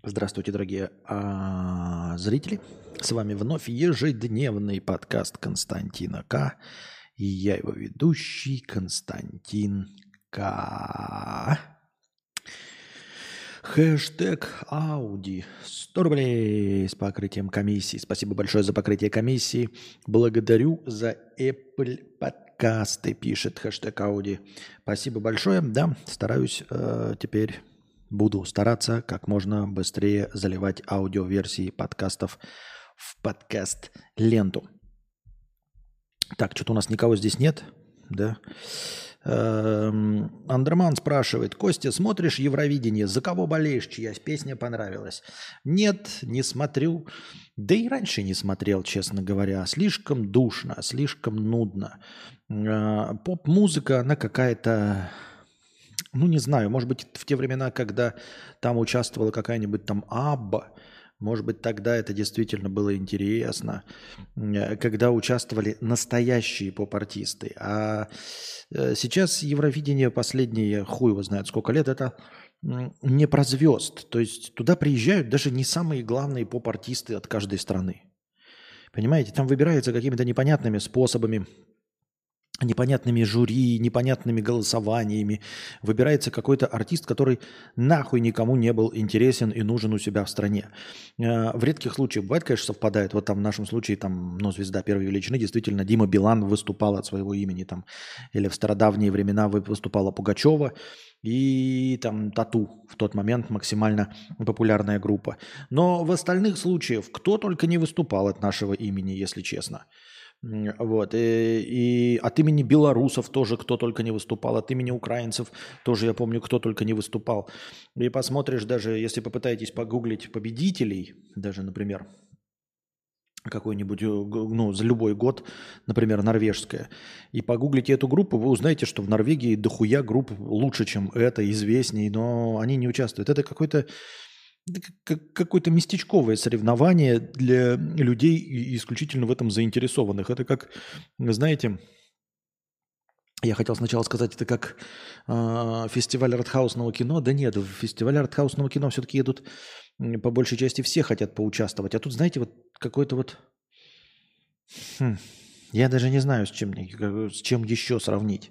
Здравствуйте, дорогие зрители. С вами вновь ежедневный подкаст Константина К. И я его ведущий Константин К. Хэштег Ауди. 100 рублей с покрытием комиссии. Спасибо большое за покрытие комиссии. Благодарю за Apple подкасты, пишет хэштег Ауди. Спасибо большое. Да, стараюсь теперь... Буду стараться как можно быстрее заливать аудиоверсии подкастов в подкаст-ленту. Так, что-то у нас никого здесь нет, да? Андерман спрашивает: Костя, смотришь Евровидение? За кого болеешь? Чья песня понравилась? Нет, не смотрю. Да и раньше не смотрел, честно говоря. Слишком душно, слишком нудно. Поп-музыка, она какая-то... Ну, не знаю, может быть, в те времена, когда там участвовала какая-нибудь там Абба, может быть, тогда это действительно было интересно, когда участвовали настоящие поп-артисты. А сейчас Евровидение последние, хуй его знает сколько лет, это не про звезд. То есть туда приезжают даже не самые главные поп-артисты от каждой страны. Понимаете, там выбираются какими-то непонятными способами, непонятными жюри, непонятными голосованиями. Выбирается какой-то артист, который нахуй никому не был интересен и нужен у себя в стране. В редких случаях бывает, конечно, совпадает. Вот там в нашем случае там, ну, звезда первой величины, действительно, Дима Билан выступал от своего имени там. Или в стародавние времена выступала Пугачева и там Тату в тот момент максимально популярная группа. Но в остальных случаях кто только не выступал от нашего имени, если честно. Вот. И от имени белорусов тоже кто только не выступал, от имени украинцев тоже, я помню, кто только не выступал. И посмотришь даже, если попытаетесь погуглить победителей, даже, например, какой-нибудь, ну, за любой год, например, норвежская, и погуглите эту группу, вы узнаете, что в Норвегии дохуя групп лучше, чем это, известней, но они не участвуют. Это какое-то местечковое соревнование для людей, исключительно в этом заинтересованных. Это как, знаете, я хотел сначала сказать, это как фестиваль артхаусного кино. Да нет, в фестивале артхаусного кино все-таки едут, по большей части все хотят поучаствовать. А тут, знаете, вот какой-то вот... я даже не знаю, с чем еще сравнить.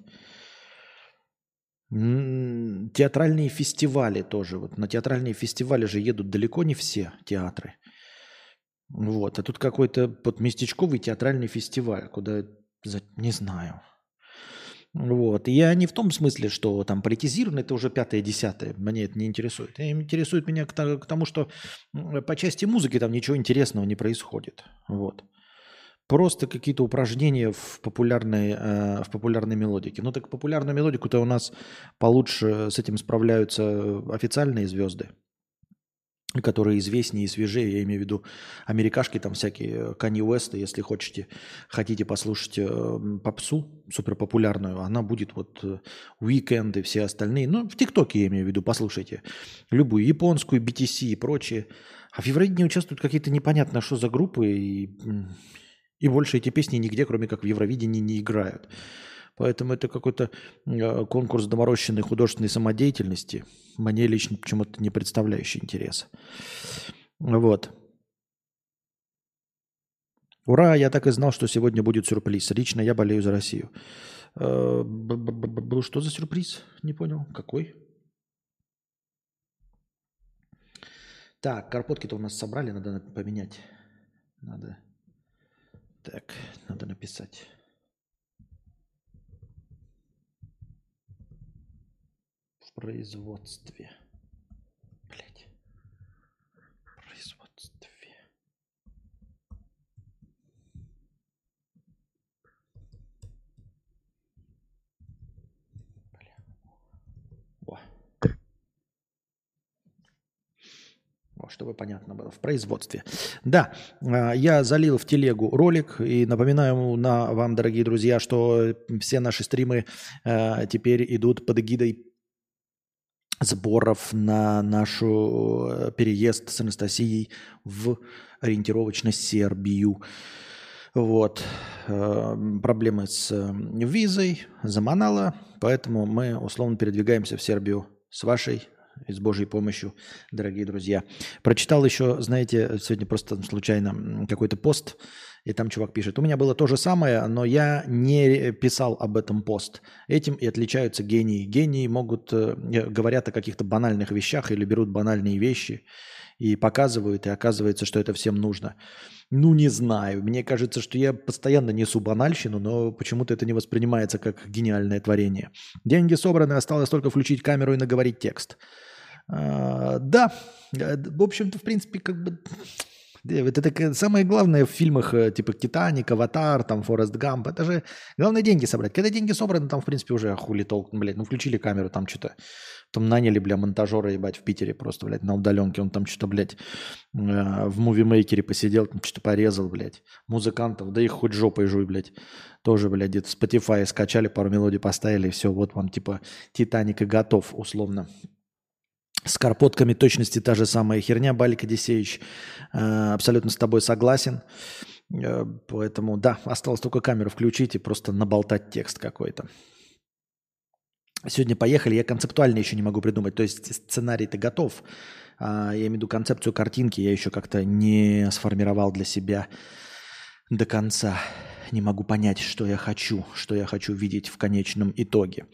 Театральные фестивали тоже. Вот на театральные фестивали же едут далеко не все театры. Вот. А тут какой-то вот местечковый театральный фестиваль, куда... Не знаю. Вот. И я не в том смысле, что там политизировано, это уже пятое-десятое. Мне это не интересует. Интересует меня к тому, что по части музыки там ничего интересного не происходит. Вот. Просто какие-то упражнения в популярной мелодике. Ну так популярную мелодику-то у нас получше с этим справляются официальные звезды, которые известнее и свежее. Я имею в виду америкашки там всякие, Канье Уэста, если хотите послушать попсу суперпопулярную, она будет вот Уикенд и все остальные. Ну, в ТикТоке я имею в виду, послушайте. Любую японскую, BTC и прочее. А в Евровидении участвуют какие-то непонятно что за группы, и больше эти песни нигде, кроме как в Евровидении, не играют. Поэтому это какой-то конкурс доморощенной художественной самодеятельности, мне лично почему-то не представляющий интерес. Вот. Ура, я так и знал, что сегодня будет сюрприз. Лично я болею за Россию. Что за сюрприз? Не понял. Какой? Так, карпотки-то у нас собрали, надо поменять. Надо. Так, надо написать. В производстве. Блять. В производстве. Бля. Чтобы понятно было, в производстве. Да, я залил в телегу ролик и напоминаю вам, дорогие друзья, что все наши стримы теперь идут под эгидой сборов на нашу переезд с Анастасией в ориентировочно Сербию. Вот. Проблемы с визой заманало, поэтому мы условно передвигаемся в Сербию с вашей и с Божьей помощью, дорогие друзья. Прочитал еще, знаете, сегодня просто случайно какой-то пост, и там чувак пишет: у меня было то же самое, но я не писал об этом пост. Этим и отличаются гении. Гении могут, говорят о каких-то банальных вещах или берут банальные вещи и показывают, и оказывается, что это всем нужно. Ну, не знаю. Мне кажется, что я постоянно несу банальщину, но почему-то это не воспринимается как гениальное творение. Деньги собраны, осталось только включить камеру и наговорить текст. Да, в общем-то, в принципе, как бы... Это самое главное в фильмах типа «Титаник», «Аватар», там «Форест Гамп». Это же главное деньги собрать. Когда деньги собраны, там, в принципе, уже хули толк, блядь. Ну, включили камеру, там что-то... Там наняли, бля, монтажера, ебать, в Питере просто, блядь, на удаленке. Он там что-то, блядь, в мувимейкере посидел, там что-то порезал, блядь. Музыкантов, да их хоть жопой жуй, блядь. Тоже, блядь, где-то Spotify скачали, пару мелодий поставили, и все, вот вам, типа, «Титаник» и готов, условно. С карпотками точности та же самая херня, Балик Одиссеевич. Абсолютно с тобой согласен. Поэтому, да, осталось только камеру включить и просто наболтать текст какой-то. Сегодня поехали, я концептуально еще не могу придумать. То есть сценарий-то готов. Я имею в виду концепцию картинки, я еще как-то не сформировал для себя до конца. Не могу понять, что я хочу видеть в конечном итоге.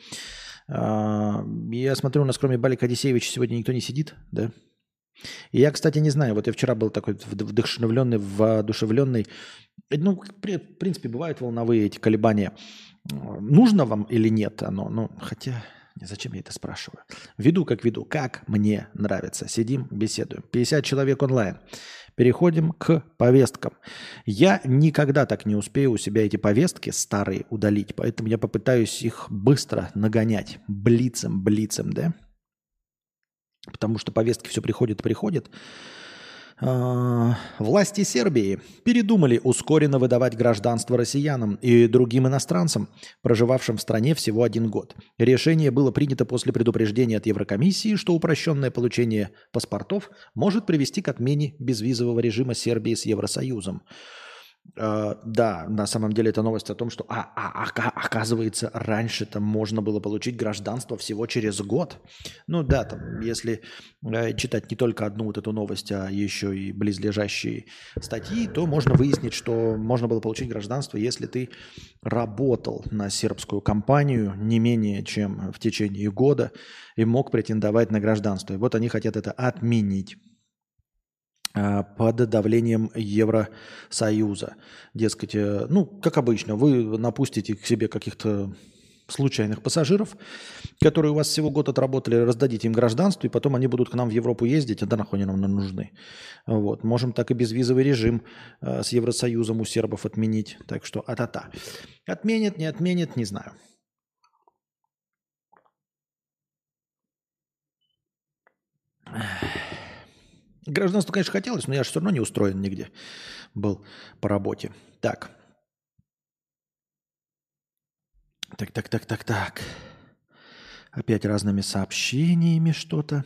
Я смотрю, у нас кроме Балика Одиссеевича сегодня никто не сидит, да? И я, кстати, не знаю, вот я вчера был такой вдохновленный, воодушевленный. Ну, в принципе, бывают волновые эти колебания. Нужно вам или нет оно? Ну, хотя, зачем я это спрашиваю? Веду, как мне нравится. Сидим, беседуем. 50 человек онлайн. Переходим к повесткам. Я никогда так не успею у себя эти повестки старые удалить, поэтому я попытаюсь их быстро нагонять. Блицем, да? Потому что повестки все приходят. Власти Сербии передумали ускоренно выдавать гражданство россиянам и другим иностранцам, проживавшим в стране всего 1 год. Решение было принято после предупреждения от Еврокомиссии, что упрощенное получение паспортов может привести к отмене безвизового режима Сербии с Евросоюзом. Да, на самом деле это новость о том, что оказывается, раньше-то можно было получить гражданство всего через год. Ну да, там, если читать не только одну вот эту новость, а еще и близлежащие статьи, то можно выяснить, что можно было получить гражданство, если ты работал на сербскую компанию не менее чем в течение года и мог претендовать на гражданство. И вот они хотят это отменить под давлением Евросоюза. Дескать, ну, как обычно, вы напустите к себе каких-то случайных пассажиров, которые у вас всего год отработали, раздадите им гражданство, и потом они будут к нам в Европу ездить, а да нахуй они нам нужны. Вот. Можем так и безвизовый режим с Евросоюзом у сербов отменить. Так что а-та-та. Отменят, не отменят, не знаю. Гражданство, конечно, хотелось, но я же все равно не устроен нигде был по работе. Так. Опять разными сообщениями что-то.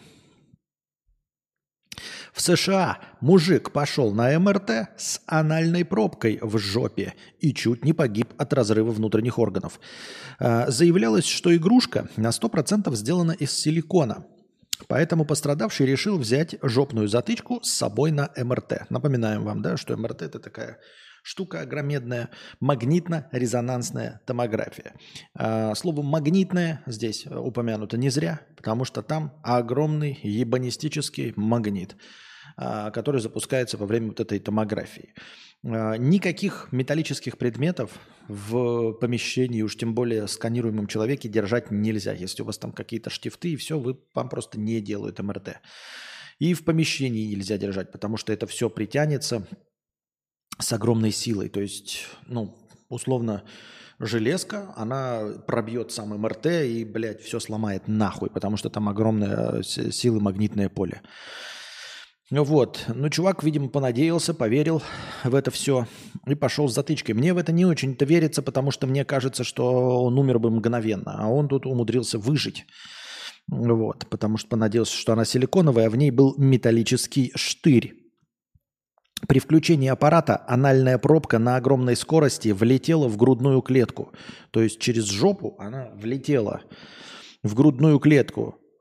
В США мужик пошел на МРТ с анальной пробкой в жопе и чуть не погиб от разрыва внутренних органов. Заявлялось, что игрушка на 100% сделана из силикона. Поэтому пострадавший решил взять жопную затычку с собой на МРТ. Напоминаем вам, да, что МРТ – это такая штука огромедная, магнитно-резонансная томография. Слово «магнитная» здесь упомянуто не зря, потому что там огромный ебанистический магнит, который запускается во время вот этой томографии. Никаких металлических предметов в помещении, уж тем более сканируемом человеке, держать нельзя. Если у вас там какие-то штифты и все, вам просто не делают МРТ. И в помещении нельзя держать, потому что это все притянется с огромной силой. То есть, ну, условно, железка, она пробьет сам МРТ и, блядь, все сломает нахуй, потому что там огромная сила магнитное поле. Вот. Ну, чувак, видимо, понадеялся, поверил в это все и пошел с затычкой. Мне в это не очень-то верится, потому что мне кажется, что он умер бы мгновенно, а он тут умудрился выжить. Вот. Потому что понадеялся, что она силиконовая, а в ней был металлический штырь. При включении аппарата анальная пробка на огромной скорости влетела в грудную клетку. То есть через жопу она влетела в грудную клетку.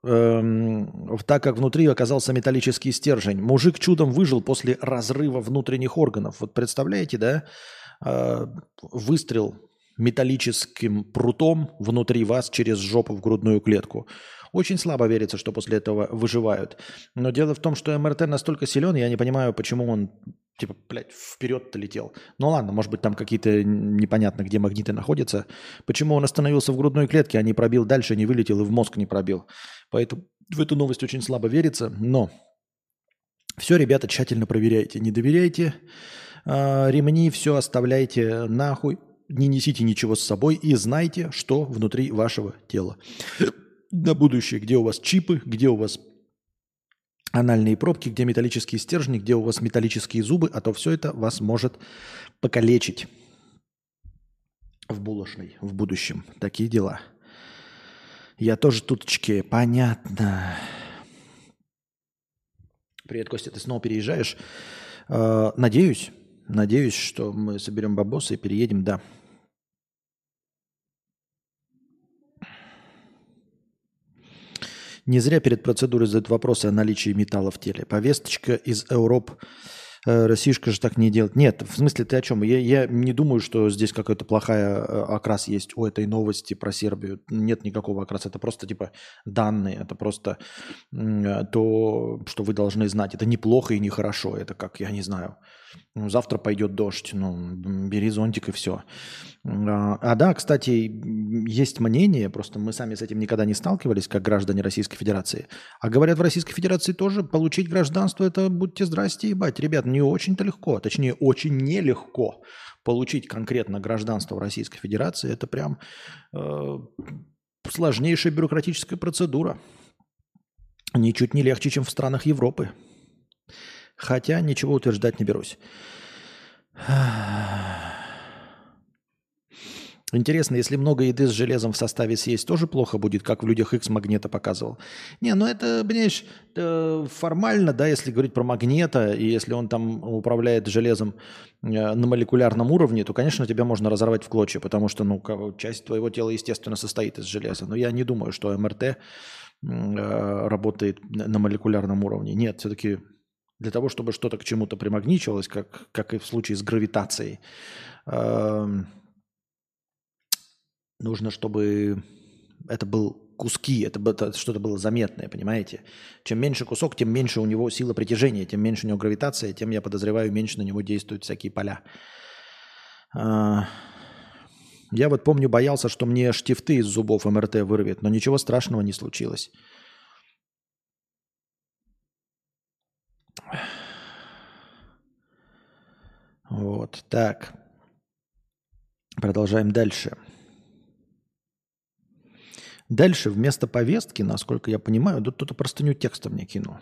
так как внутри оказался металлический стержень. Мужик чудом выжил после разрыва внутренних органов. Вот представляете, да? Выстрел металлическим прутом внутри вас через жопу в грудную клетку. Очень слабо верится, что после этого выживают. Но дело в том, что МРТ настолько силен, я не понимаю, почему он, типа, блядь, вперед-то летел. Ну ладно, может быть, там какие-то непонятно, где магниты находятся. Почему он остановился в грудной клетке, а не пробил дальше, не вылетел и в мозг не пробил. Поэтому в эту новость очень слабо верится. Но все, ребята, тщательно проверяйте. Не доверяйте ремни, все оставляйте нахуй. Не несите ничего с собой и знайте, что внутри вашего тела. На будущее, где у вас чипы, где у вас анальные пробки, где металлические стержни, где у вас металлические зубы, а то все это вас может покалечить в булочной, в будущем. Такие дела. Я тоже туточки. Понятно. Привет, Костя, ты снова переезжаешь? Надеюсь, что мы соберем бабосы и переедем, да. Не зря перед процедурой задают вопросы о наличии металла в теле. Повесточка из Европы. Российская же так не делает. Нет, в смысле, ты о чем? Я не думаю, что здесь какая-то плохая окрас есть у этой новости про Сербию. Нет никакого окраса. Это просто типа данные. Это просто то, что вы должны знать. Это неплохо и нехорошо. Это как, я не знаю. Ну, завтра пойдет дождь. Ну, бери зонтик и все. Да, кстати, есть мнение, просто мы сами с этим никогда не сталкивались, как граждане Российской Федерации. А говорят, в Российской Федерации тоже получить гражданство, это будьте здрасте ебать. Ребят, не очень-то легко, точнее, очень нелегко получить конкретно гражданство в Российской Федерации. Это прям сложнейшая бюрократическая процедура. Ничуть не легче, чем в странах Европы. Хотя ничего утверждать не берусь. Интересно, если много еды с железом в составе съесть, тоже плохо будет, как в «Людях Икс» Магнета показывал? Не, ну это, понимаешь, формально, да, если говорить про Магнета, и если он там управляет железом на молекулярном уровне, то, конечно, тебя можно разорвать в клочья, потому что, ну, часть твоего тела, естественно, состоит из железа. Но я не думаю, что МРТ работает на молекулярном уровне. Нет, все-таки для того, чтобы что-то к чему-то примагничивалось, как и в случае с гравитацией, нужно, чтобы это был куски, это что-то было заметное, понимаете? Чем меньше кусок, тем меньше у него сила притяжения, тем меньше у него гравитация, тем, я подозреваю, меньше на него действуют всякие поля. Я вот помню, боялся, что мне штифты из зубов МРТ вырвет, но ничего страшного не случилось. Вот, так. Продолжаем дальше. Дальше вместо повестки, насколько я понимаю, тут кто-то простыню текста мне кинул.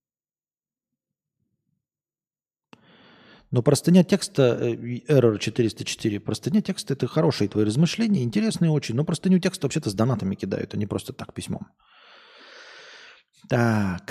Но простыня текста, Error 404, простыня текста – это хорошие твои размышления, интересные очень, но простыню текста вообще-то с донатами кидают, а не просто так письмом. Так.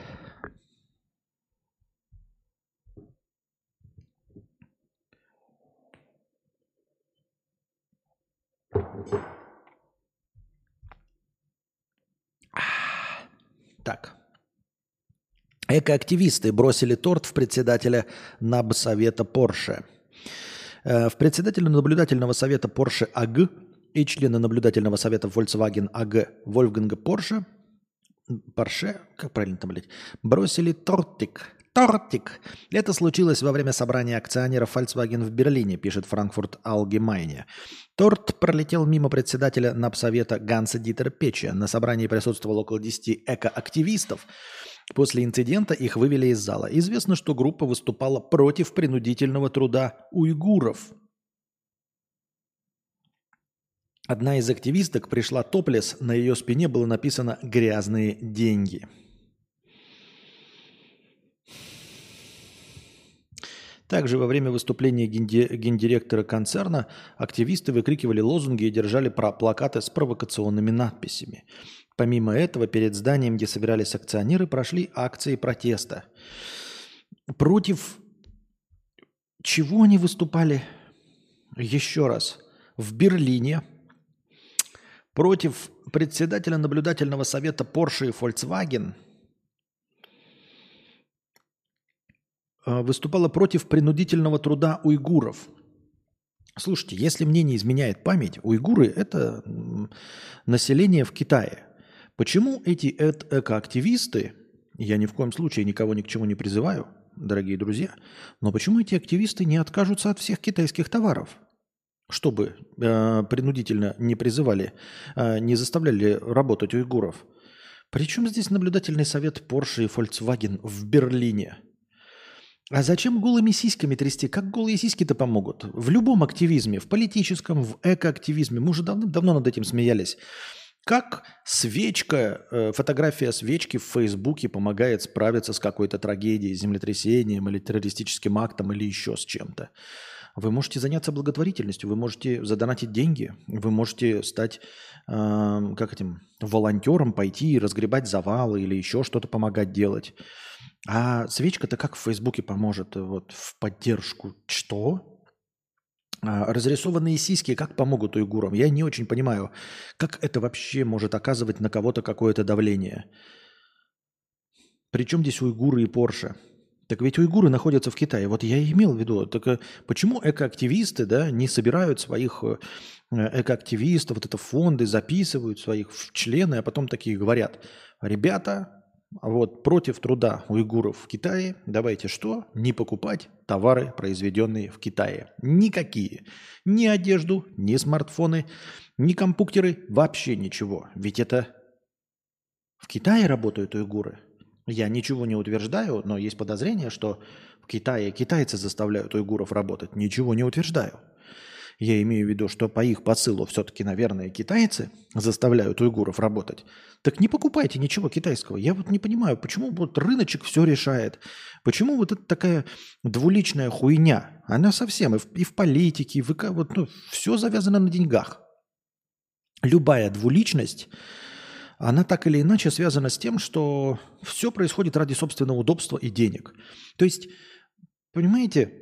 Так. Экоактивисты бросили торт в председателя НАБ-совета Порше. В председателя наблюдательного совета Porsche AG и члена наблюдательного совета Volkswagen AG Вольфганга Порше, как правильно там, блядь, бросили тортик. Это случилось во время собрания акционеров Volkswagen в Берлине, пишет Frankfurt Allgemeine. Торт пролетел мимо председателя НАБ-совета Ганса Дитера Печа. На собрании присутствовало около 10 экоактивистов. После инцидента их вывели из зала. Известно, что группа выступала против принудительного труда уйгуров. Одна из активисток пришла топлес, на ее спине было написано «грязные деньги». Также во время выступления гендиректора концерна активисты выкрикивали лозунги и держали плакаты с провокационными надписями. Помимо этого, перед зданием, где собирались акционеры, прошли акции протеста. Против чего они выступали? Еще раз. В Берлине против председателя наблюдательного совета Porsche и Volkswagen выступала против принудительного труда уйгуров. Слушайте, если мне не изменяет память, уйгуры – это население в Китае. Почему эти экоактивисты, я ни в коем случае никого ни к чему не призываю, дорогие друзья, но почему эти активисты не откажутся от всех китайских товаров, чтобы принудительно не призывали, не заставляли работать уйгуров? Причем здесь наблюдательный совет Porsche и Volkswagen в Берлине? А зачем голыми сиськами трясти? Как голые сиськи-то помогут? В любом активизме, в политическом, в экоактивизме, мы уже давным-давно над этим смеялись. Как свечка, фотография свечки в Фейсбуке помогает справиться с какой-то трагедией, землетрясением или террористическим актом или еще с чем-то? Вы можете заняться благотворительностью, вы можете задонатить деньги, вы можете стать волонтером, пойти и разгребать завалы или еще что-то помогать делать. А свечка-то как в Фейсбуке поможет вот, в поддержку? Что? Разрисованные сиськи как помогут уйгурам? Я не очень понимаю, как это вообще может оказывать на кого-то какое-то давление. Причем здесь уйгуры и Порше? Так ведь уйгуры находятся в Китае. Вот я и имел в виду. Так почему экоактивисты, да, не собирают своих экоактивистов, вот это фонды, записывают своих в члены, а потом такие говорят: ребята, вот против труда уйгуров в Китае, давайте что? Не покупать товары, произведенные в Китае. Никакие. Ни одежду, ни смартфоны, ни компьютеры, вообще ничего. Ведь это в Китае работают уйгуры. Я ничего не утверждаю, но есть подозрение, что в Китае китайцы заставляют уйгуров работать. Ничего не утверждаю. Я имею в виду, что по их посылу все-таки, наверное, китайцы заставляют уйгуров работать. Так не покупайте ничего китайского. Я вот не понимаю, почему вот рыночек все решает. Почему вот это такая двуличная хуйня? Она совсем и в политике, и в вот, ну, все завязано на деньгах. Любая двуличность, она так или иначе связана с тем, что все происходит ради собственного удобства и денег. То есть, понимаете,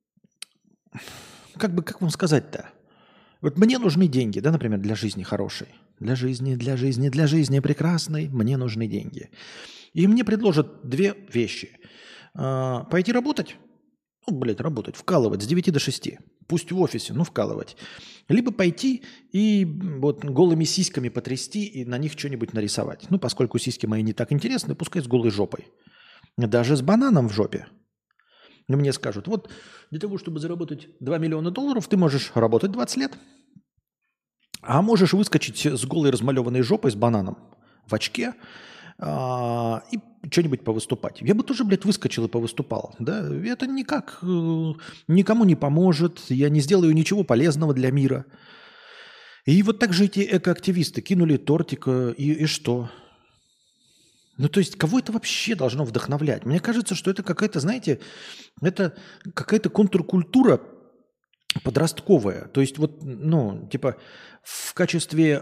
как вам сказать-то? Вот мне нужны деньги, да, например, для жизни хорошей. Для жизни прекрасной мне нужны деньги. И мне предложат две вещи. Пойти работать, работать, вкалывать с 9 до 6. Пусть в офисе, но вкалывать. Либо пойти и вот голыми сиськами потрясти и на них что-нибудь нарисовать. Ну, поскольку сиськи мои не так интересны, пускай с голой жопой. Даже с бананом в жопе. И мне скажут: вот для того, чтобы заработать $2 миллиона, ты можешь работать 20 лет, а можешь выскочить с голой размалеванной жопой с бананом в очке и что-нибудь повыступать. Я бы тоже, выскочил и повыступал. Да? Это никак никому не поможет, я не сделаю ничего полезного для мира. И вот так же эти экоактивисты кинули тортик, и что? Ну, то есть, кого это вообще должно вдохновлять? Мне кажется, что это какая-то, знаете, это какая-то контркультура подростковая. То есть, вот, ну, типа, в качестве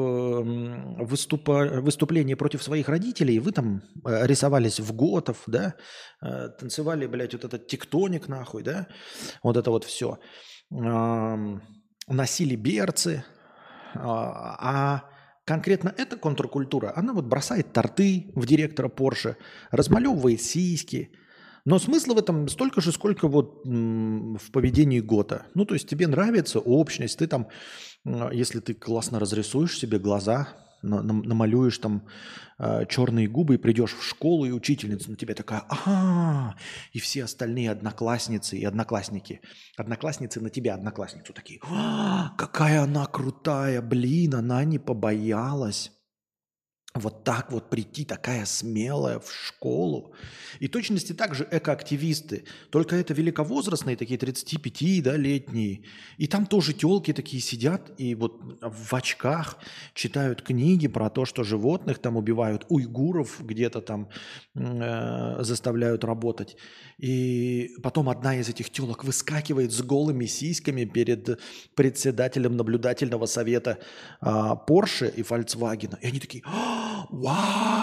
выступления против своих родителей вы там рисовались в готов, да, танцевали, вот этот тектоник нахуй, да, вот это вот все. Носили берцы, а конкретно эта контркультура, она вот бросает торты в директора Porsche, размалевывает сиськи. Но смысла в этом столько же, сколько вот в поведении Гота. Ну, то есть тебе нравится общность, ты там, если ты классно разрисуешь себе глаза, намалюешь там черные губы и придешь в школу, и учительница на тебя такая: ага, и все остальные одноклассницы и одноклассники, одноклассницы на тебя, одноклассницу такие: какая она крутая, блин, она не побоялась вот так вот прийти, такая смелая в школу. И точности также экоактивисты, только это великовозрастные, такие 35, да, летние. И там тоже телки такие сидят и вот в очках читают книги про то, что животных там убивают, уйгуров где-то там заставляют работать. И потом одна из этих телок выскакивает с голыми сиськами перед председателем наблюдательного совета Porsche и Volkswagen. И они такие: вау!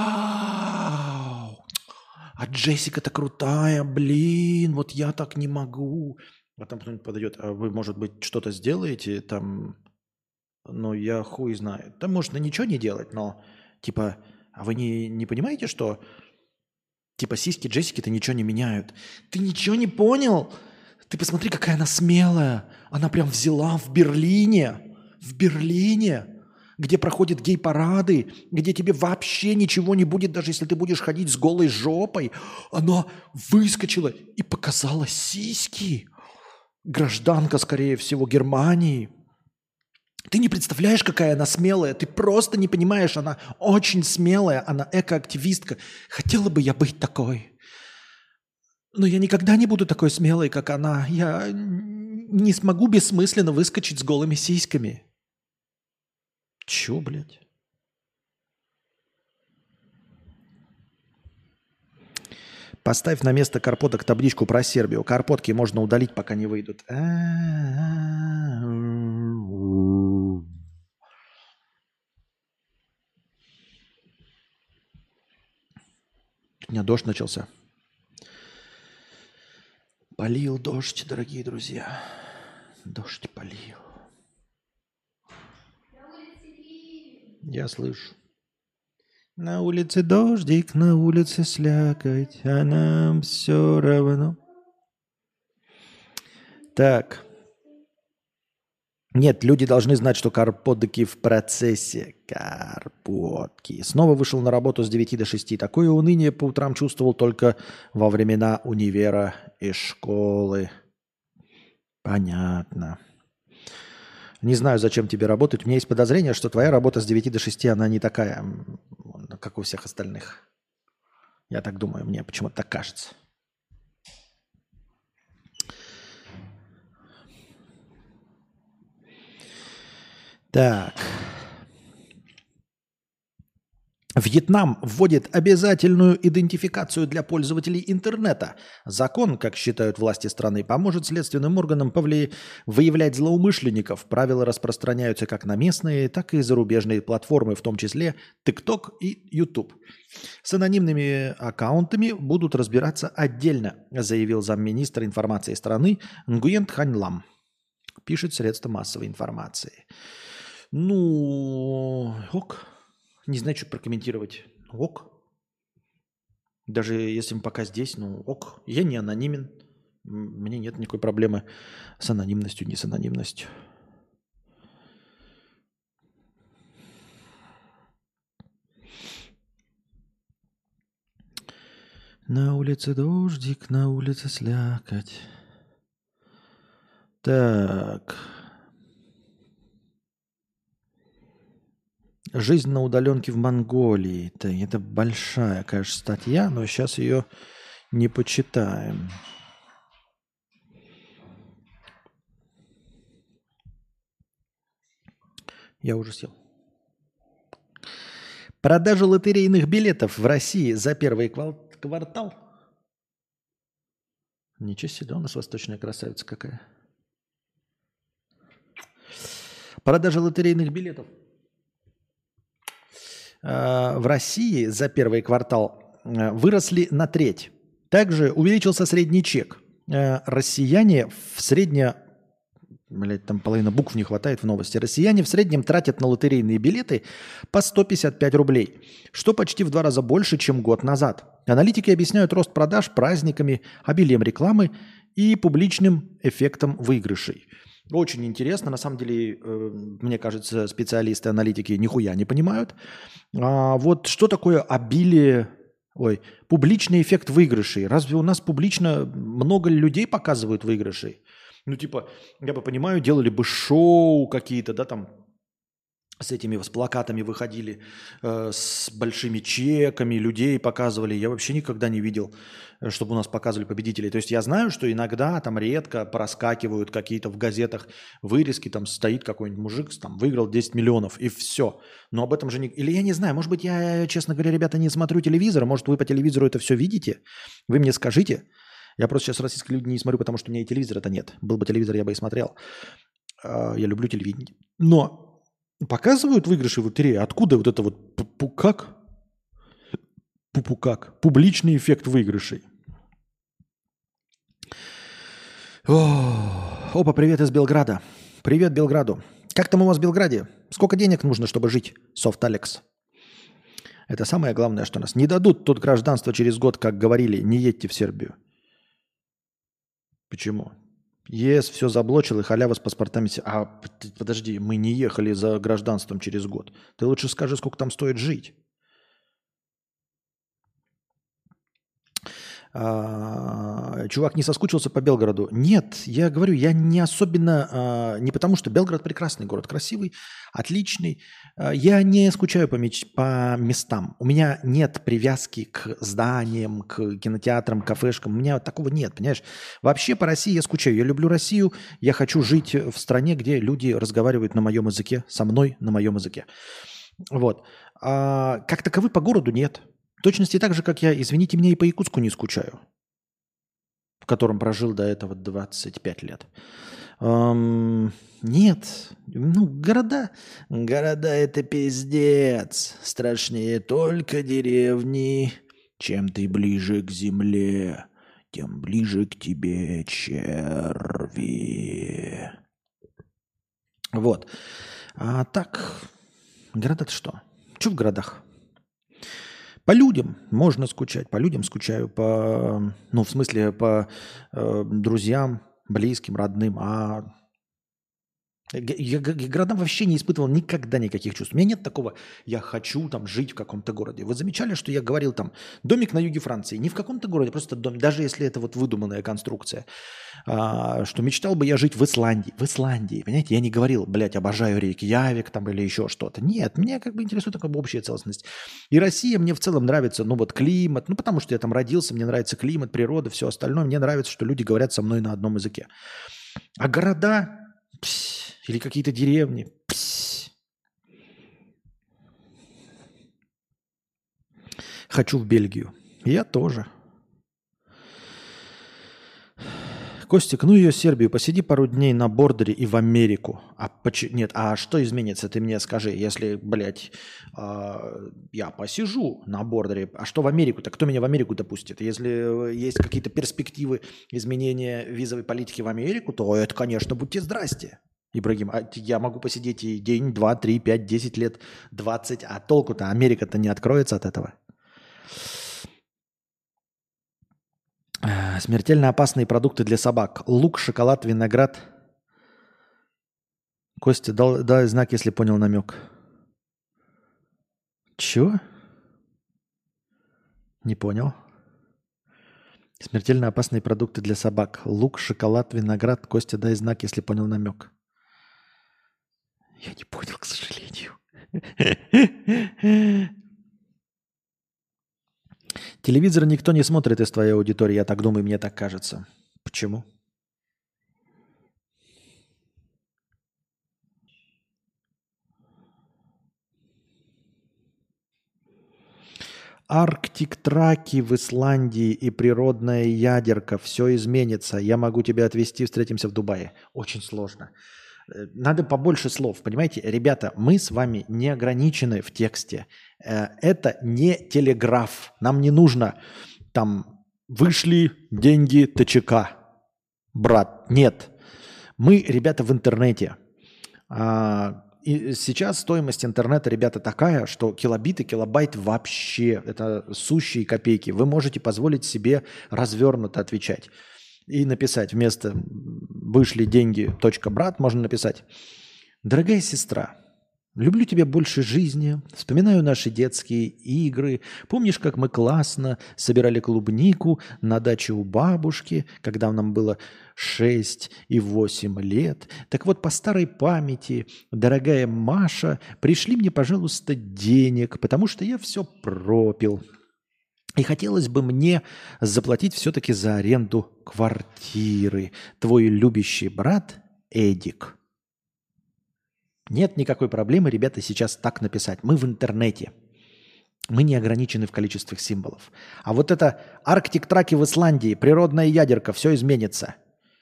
А Джессика-то крутая, блин, вот я так не могу. А там кто-нибудь подойдет: а вы, может быть, что-то сделаете там Ну, я хуй знаю. Там можно ничего не делать, но, типа, а вы не понимаете, что, типа, сиськи Джессики-то ничего не меняют? Ты ничего не понял? Ты посмотри, какая она смелая. Она прям взяла в Берлине, где проходят гей-парады, где тебе вообще ничего не будет, даже если ты будешь ходить с голой жопой. Она выскочила и показала сиськи. Гражданка, скорее всего, Германии. Ты не представляешь, какая она смелая. Ты просто не понимаешь, она очень смелая, она экоактивистка. Хотела бы я быть такой. Но я никогда не буду такой смелой, как она. Я не смогу бессмысленно выскочить с голыми сиськами. Чё, блядь? Поставь на место карпоток табличку про Сербию. Карпотки можно удалить, пока не выйдут. У меня дождь начался. Полил дождь, дорогие друзья. Дождь полил. Я слышу. На улице дождик, на улице слякоть, а нам все равно. Так. Нет, люди должны знать, что карпотки в процессе. Карпотки. Снова вышел на работу с 9 до 6. Такое уныние по утрам чувствовал только во времена универа и школы. Понятно. Не знаю, зачем тебе работать. У меня есть подозрение, что твоя работа с 9 до 6, она не такая, как у всех остальных. Я так думаю, мне почему-то так кажется. Так. Вьетнам вводит обязательную идентификацию для пользователей интернета. Закон, как считают власти страны, поможет следственным органам выявлять злоумышленников. Правила распространяются как на местные, так и зарубежные платформы, в том числе TikTok и YouTube. С анонимными аккаунтами будут разбираться отдельно, заявил замминистра информации страны Нгуен Тхань-Лам. Пишет средства массовой информации. Ну, ок. Не знаю, что прокомментировать. Ок. Даже если мы пока здесь, ну ок. Я не анонимен. Мне нет никакой проблемы с анонимностью, не с анонимностью. На улице дождик, на улице слякоть. Так. Жизнь на удаленке в Монголии. Это большая, конечно, статья, но сейчас ее не почитаем. Я уже сел. Продажа лотерейных билетов в России за первый квартал. Ничего себе, у нас восточная красавица какая. Продажа лотерейных билетов в России за первый квартал выросли на треть. Также увеличился средний чек. Россияне в среднем, там половина букв не хватает в новости, россияне в среднем тратят на лотерейные билеты по 155 рублей, что почти в 2 раза больше, чем год назад. Аналитики объясняют рост продаж праздниками, обилием рекламы и публичным эффектом выигрышей. Очень интересно. На самом деле, мне кажется, специалисты, аналитики нихуя не понимают. Вот что такое обилие, публичный эффект выигрышей? Разве у нас публично много людей показывают выигрышей? Ну, типа, я бы понимаю, делали бы шоу какие-то, да, там, с плакатами выходили, с большими чеками, людей показывали. Я вообще никогда не видел, чтобы у нас показывали победителей. То есть я знаю, что иногда там редко проскакивают какие-то в газетах вырезки, там стоит какой-нибудь мужик, там выиграл 10 миллионов и все. Но об этом же не... Или я не знаю, может быть, я, честно говоря, ребята, не смотрю телевизор, может, вы по телевизору это все видите? Вы мне скажите. Я просто сейчас российские люди не смотрю, потому что у меня и телевизора-то нет. Был бы телевизор, я бы и смотрел. Я люблю телевидение. Но показывают выигрыши в лотерее. Откуда вот это вот пупукак? Публичный эффект выигрышей. Опа, привет из Белграда. Привет Белграду. Как там у вас в Белграде? Сколько денег нужно, чтобы жить? Софт Алекс. Это самое главное, что нас не дадут тут гражданство через год, как говорили, не едьте в Сербию. Почему? ЕС все заблочил, и халява с паспортами. Подожди, мы не ехали за гражданством через год. Ты лучше скажи, сколько там стоит жить. Чувак не соскучился по Белгороду. Нет, я говорю, я не особенно, не потому что Белгород прекрасный город, красивый, отличный. Я не скучаю по местам. У меня нет привязки к зданиям, к кинотеатрам, кафешкам. У меня такого нет, понимаешь? Вообще по России я скучаю. Я люблю Россию. Я хочу жить в стране, где люди разговаривают на моем языке, со мной на моем языке. Вот. Как таковой по городу нет. В точности так же, как я, извините меня, и по Якутску не скучаю, в котором прожил до этого 25 лет. Нет. Ну, города это пиздец. Страшнее только деревни. Чем ты ближе к земле, тем ближе к тебе черви. Вот. А так, города-то что? Что в городах? По людям можно скучать, по людям скучаю, в смысле, по друзьям, близким, родным. Я к городам вообще не испытывал никогда никаких чувств. У меня нет такого, я хочу там жить в каком-то городе. Вы замечали, что я говорил там, домик на юге Франции, не в каком-то городе, просто дом, даже если это вот выдуманная конструкция, что мечтал бы я жить в Исландии. В Исландии, понимаете, я не говорил, блядь, обожаю Рейкьявик там или еще что-то. Нет, меня как бы интересует такая общая целостность. И Россия мне в целом нравится, климат, потому что я там родился, мне нравится климат, природа, все остальное. Мне нравится, что люди говорят со мной на одном языке. А города... Или какие-то деревни. Хочу в Бельгию. Я тоже. Костик, ну ее Сербию, посиди пару дней на бордере и в Америку. Нет, а что изменится, ты мне скажи, если, блядь, я посижу на бордере, а что в Америку-то? Кто меня в Америку допустит? Если есть какие-то перспективы изменения визовой политики в Америку, то это, конечно, будьте здрасте. Ибрагим, я могу посидеть и день, 2, 3, 5, 10 лет, 20, а толку-то Америка-то не откроется от этого. Смертельно опасные продукты для собак. Лук, шоколад, виноград. Костя, дай знак, если понял намек. Чего? Не понял. Смертельно опасные продукты для собак. Лук, шоколад, виноград. Костя, дай знак, если понял намек. Я не понял, к сожалению. Телевизор никто не смотрит из твоей аудитории, я так думаю, мне так кажется. Почему? Арктик-траки в Исландии и природная ядерка. Все изменится. Я могу тебя отвезти, встретимся в Дубае. Очень сложно. Надо побольше слов, понимаете? Ребята, мы с вами не ограничены в тексте. Это не телеграф. Нам не нужно там вышли деньги ТЧК. Брат, нет. Мы, ребята, в интернете. И сейчас стоимость интернета, ребята, такая, что килобиты, килобайт вообще, это сущие копейки. Вы можете позволить себе развернуто отвечать. И написать вместо «вышли деньги, брат» можно написать «Дорогая сестра, люблю тебя больше жизни, вспоминаю наши детские игры. Помнишь, как мы классно собирали клубнику на даче у бабушки, когда нам было 6 и 8 лет? Так вот, по старой памяти, дорогая Маша, пришли мне, пожалуйста, денег, потому что я все пропил». И хотелось бы мне заплатить все-таки за аренду квартиры. Твой любящий брат Эдик. Нет никакой проблемы, ребята, сейчас так написать. Мы в интернете. Мы не ограничены в количестве символов. А вот это Арктик-траки в Исландии, природная ядерка, все изменится.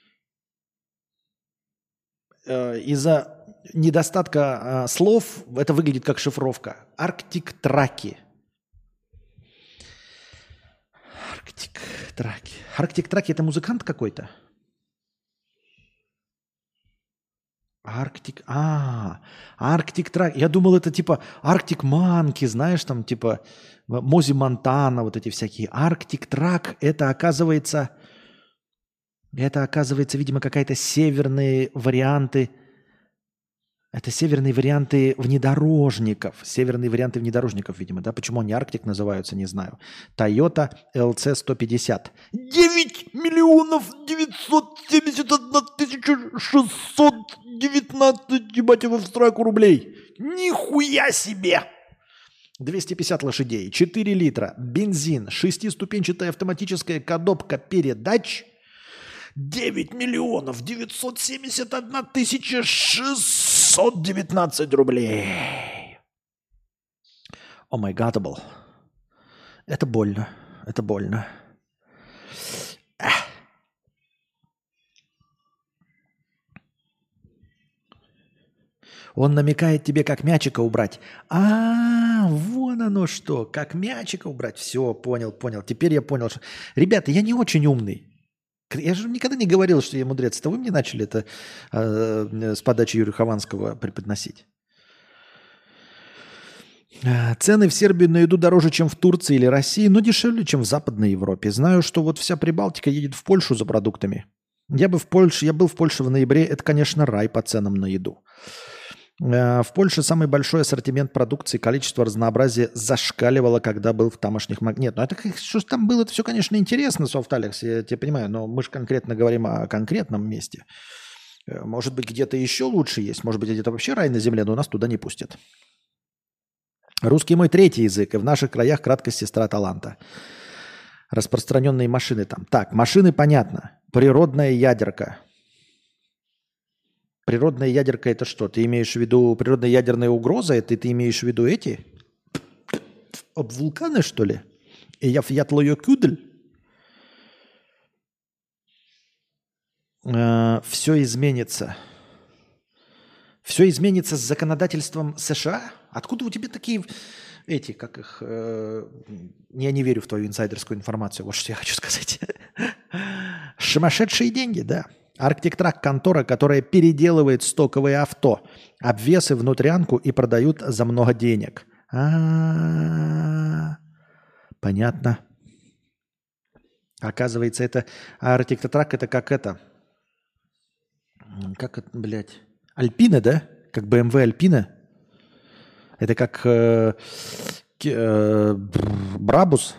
Из-за недостатка слов это выглядит как шифровка. Арктик-траки. Арктик... Арктик Трак. Я думал, это типа Арктик Манки, знаешь, там типа Мози Монтана, вот эти всякие. Арктик Трак, это оказывается, видимо, какая-то северные варианты. Это северные варианты внедорожников. Северные варианты внедорожников, видимо, да? Почему они Арктик называются, не знаю. Toyota LC 150. 9 миллионов 971 тысяча 619, ебать его в строку, рублей. Нихуя себе! 250 лошадей, 4 литра, бензин, 6-ступенчатая автоматическая коробка передач. 9 миллионов 971 тысяча 619 рублей. О май гадабл. Это больно. Это больно. Он намекает тебе, как мячика убрать. Вон оно что. Как мячика убрать. Все, понял. Теперь я понял, что... Ребята, я не очень умный. Я же никогда не говорил, что я мудрец. Это вы мне начали это с подачи Юрия Хованского преподносить. Цены в Сербии на еду дороже, чем в Турции или России, но дешевле, чем в Западной Европе. Знаю, что вот вся Прибалтика едет в Польшу за продуктами. Я был в Польше в ноябре. Это, конечно, рай по ценам на еду. В Польше самый большой ассортимент продукции, количество разнообразия зашкаливало, когда был в тамошних магазинах. Нет, ну это что ж там было, это все, конечно, интересно, Софталекс, я тебя понимаю, но мы же конкретно говорим о конкретном месте. Может быть, где-то еще лучше есть, может быть, где-то вообще рай на земле, но нас туда не пустят. Русский мой третий язык, и в наших краях краткость сестра таланта. Распространенные машины там. Так, машины понятно. Природная ядерка. Природная ядерка это что? Ты имеешь в виду природная ядерная угроза? Это ты имеешь в виду эти? Об вулканы, что ли? Eyjafjallajökull? Все изменится. Все изменится с законодательством США? Откуда у тебя такие эти, как их... Я не верю в твою инсайдерскую информацию, вот что я хочу сказать. Сумасшедшие деньги, да. Arctic Truck — контора, которая переделывает стоковые авто, обвесы, внутрянку и продают за много денег. Понятно. Оказывается, это Arctic Truck — это как это... Как это, блядь? Альпина, да? Как BMW Альпина? Это как Брабус?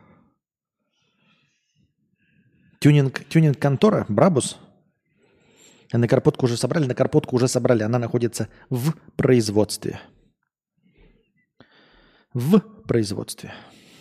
Тюнинг-контора? Брабус? А на карпотку уже собрали? На карпотку уже собрали. Она находится в производстве. В производстве.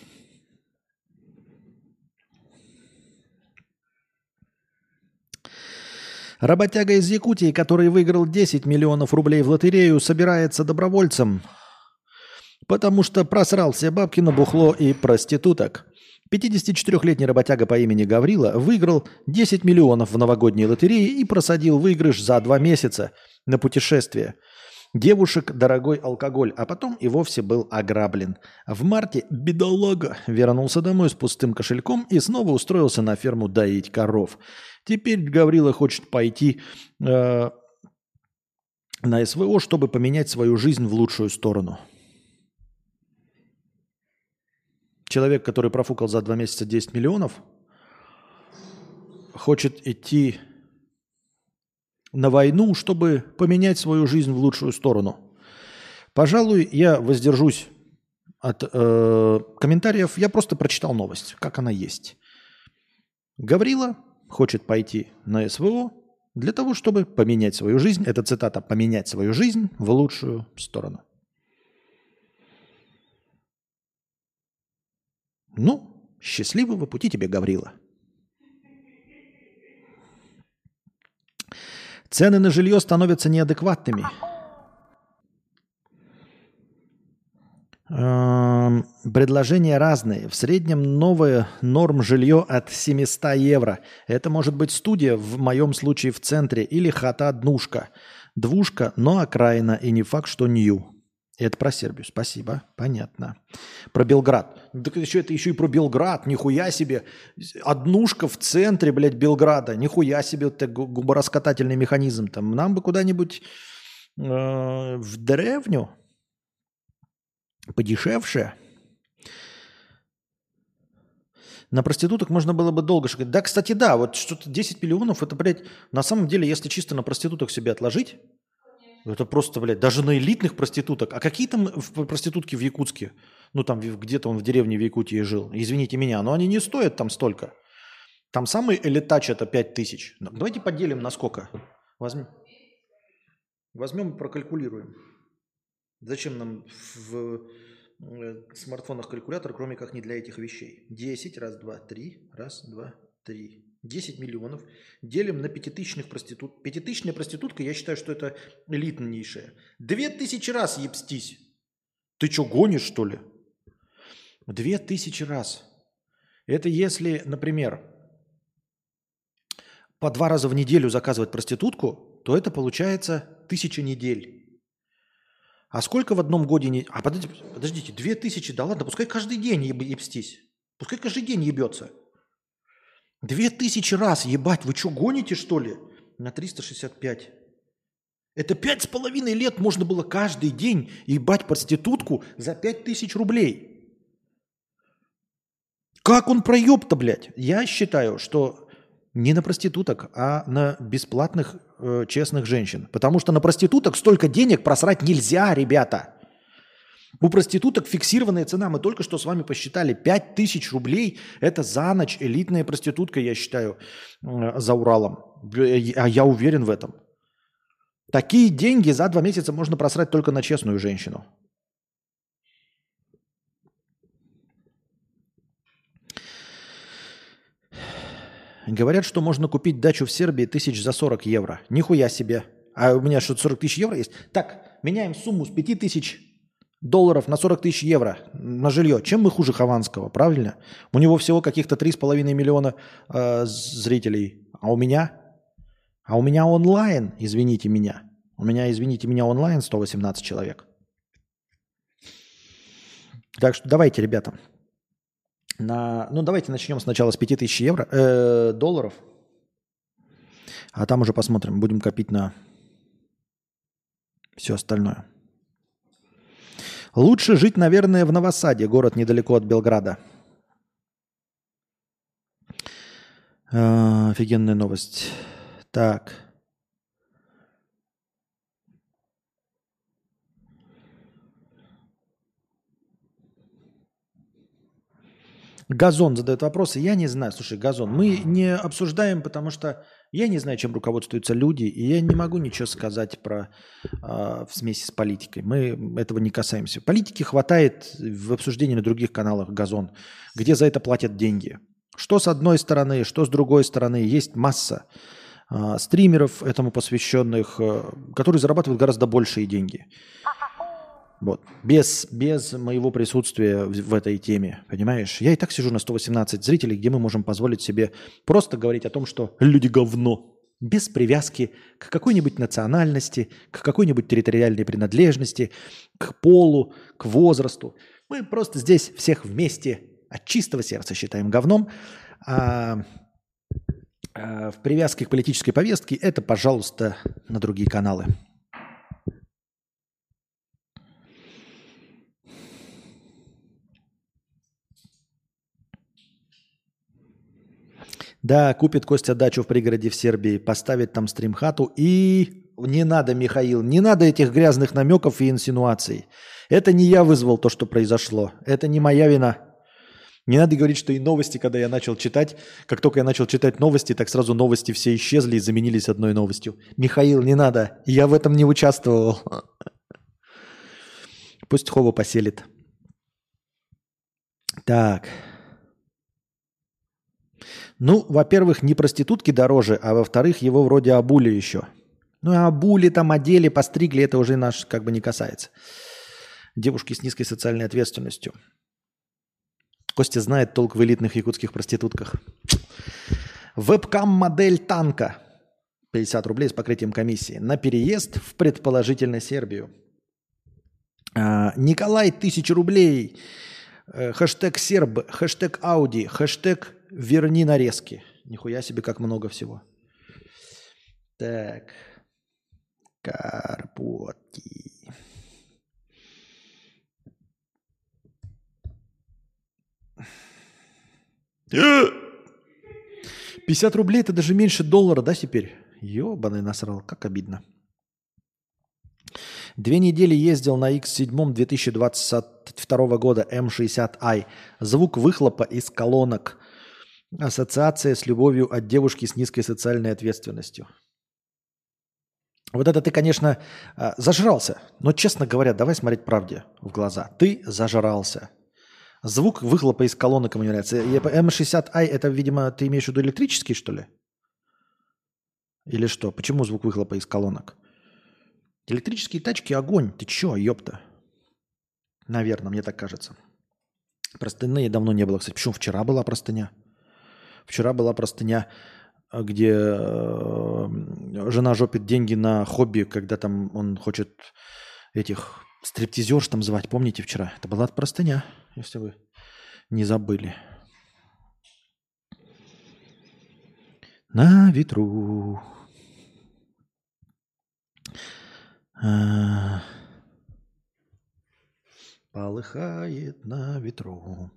Работяга из Якутии, который выиграл 10 миллионов рублей в лотерею, собирается добровольцем, потому что просрал все бабки на бухло и проституток. 54-летний работяга по имени Гаврила выиграл 10 миллионов в новогодней лотерее и просадил выигрыш за 2 месяца на путешествие. Девушек дорогой алкоголь, а потом и вовсе был ограблен. В марте бедолага вернулся домой с пустым кошельком и снова устроился на ферму доить коров. Теперь Гаврила хочет пойти на СВО, чтобы поменять свою жизнь в лучшую сторону. Человек, который профукал за 2 месяца 10 миллионов, хочет идти на войну, чтобы поменять свою жизнь в лучшую сторону. Пожалуй, я воздержусь от комментариев. Я просто прочитал новость, как она есть. Гаврила хочет пойти на СВО для того, чтобы поменять свою жизнь. Это цитата: «поменять свою жизнь в лучшую сторону». Ну, счастливого пути тебе, Гаврила. Цены на жилье становятся неадекватными. Предложения разные. В среднем новая норм жилье от 700 евро. Это может быть студия, в моем случае в центре, или хата-однушка. Двушка, но окраина, и не факт, что нью. Это про Сербию. Спасибо. Понятно. Про Белград. Ну, так это еще и про Белград. Нихуя себе. Однушка в центре, блядь, Белграда. Нихуя себе вот губораскатательный механизм. Там нам бы куда-нибудь в деревню подешевше. На проституток можно было бы долго шагать. Да, кстати, да. Вот что-то 10 миллионов, это, блядь, на самом деле, если чисто на проституток себе отложить, это просто, блядь, даже на элитных проституток. А какие там проститутки в Якутске? Ну, там где-то он в деревне в Якутии жил. Извините меня, но они не стоят там столько. Там самый элитач это 5000. Давайте поделим на сколько. Возьмем и прокалькулируем. Зачем нам в смартфонах калькулятор, кроме как не для этих вещей? 10, раз, два, три. Раз, два, три. 10 миллионов. Делим на пятитысячных проститут. Пятитысячная проститутка, я считаю, что это элитнейшая. 2000 раз ебстись. Ты что, гонишь, что ли? 2000 раз. Это если, например, по 2 раза в неделю заказывать проститутку, то это получается 1000 недель. А сколько в одном годе... А подождите, 2000, да ладно, пускай каждый день ебстись. Пускай каждый день ебется. 2000 раз, ебать, вы что, гоните, что ли? На 365. Это 5,5 лет можно было каждый день ебать проститутку за 5000 рублей. Как он проеб-то, блядь? Я считаю, что не на проституток, а на бесплатных честных женщин. Потому что на проституток столько денег просрать нельзя, ребята. У проституток фиксированная цена. Мы только что с вами посчитали. 5000 рублей – это за ночь элитная проститутка, я считаю, за Уралом. А я уверен в этом. Такие деньги за 2 месяца можно просрать только на честную женщину. Говорят, что можно купить дачу в Сербии 1000 за 40 евро. Нихуя себе. А у меня что, 40 тысяч евро есть? Так, меняем сумму с 5000 долларов на 40 тысяч евро на жилье. Чем мы хуже Хованского, правильно? У него всего каких-то 3,5 миллиона зрителей. А у меня? А у меня онлайн, извините меня. У меня, извините меня, онлайн 118 человек. Так что давайте, ребята. Ну, давайте начнем сначала с 5000 долларов. А там уже посмотрим. Будем копить на все остальное. Лучше жить, наверное, в Новосаде. Город недалеко от Белграда. Офигенная новость. Так. Газон задает вопросы. Я не знаю. Слушай, Газон, мы не обсуждаем, потому что я не знаю, чем руководствуются люди, и я не могу ничего сказать про в смеси с политикой. Мы этого не касаемся. Политики хватает в обсуждении на других каналах Газон, где за это платят деньги. Что с одной стороны, что с другой стороны. Есть масса стримеров этому посвященных, которые зарабатывают гораздо большие деньги. Вот. Без моего присутствия в этой теме, понимаешь? Я и так сижу на 118 зрителей, где мы можем позволить себе просто говорить о том, что люди говно. Без привязки к какой-нибудь национальности, к какой-нибудь территориальной принадлежности, к полу, к возрасту. Мы просто здесь всех вместе от чистого сердца считаем говном. А в привязке к политической повестке это, пожалуйста, на другие каналы. Да, купит Костя дачу в пригороде в Сербии, поставит там стримхату и... Не надо, Михаил, не надо этих грязных намеков и инсинуаций. Это не я вызвал то, что произошло. Это не моя вина. Не надо говорить, что и новости, когда я начал читать, как только я начал читать новости, так сразу новости все исчезли и заменились одной новостью. Михаил, не надо, я в этом не участвовал. Пусть Хова поселит. Так... Ну, во-первых, не проститутки дороже, а во-вторых, его вроде обули еще. Ну, а обули там, одели, постригли, это уже наш как бы не касается. Девушки с низкой социальной ответственностью. Костя знает толк в элитных якутских проститутках. Вебкам-модель танка. 50 рублей с покрытием комиссии. На переезд в предположительно Сербию. Николай, 1000 рублей. Хэштег серб, хэштег ауди, хэштег верни нарезки. Нихуя себе, как много всего. Так. Карпотки. $50 это даже меньше $1, да, теперь? Ёбаный насрал, как обидно. 2 недели ездил на X7 2022 года M60i. Звук выхлопа из колонок. Ассоциация с любовью от девушки с низкой социальной ответственностью. Вот это ты, конечно, зажрался. Но, честно говоря, давай смотреть правде в глаза. Ты зажрался. Звук выхлопа из колонок ему не нравится. M60i это, видимо, ты имеешь в виду электрический, что ли? Или что? Почему звук выхлопа из колонок? Электрические тачки – огонь. Ты чё, ёпта? Наверное, мне так кажется. Простыни давно не было. Кстати, почему вчера была простыня? Вчера была простыня, где жена жопит деньги на хобби, когда там он хочет этих стриптизерш там звать. Помните вчера? Это была простыня, если вы не забыли. На ветру. Полыхает на ветру.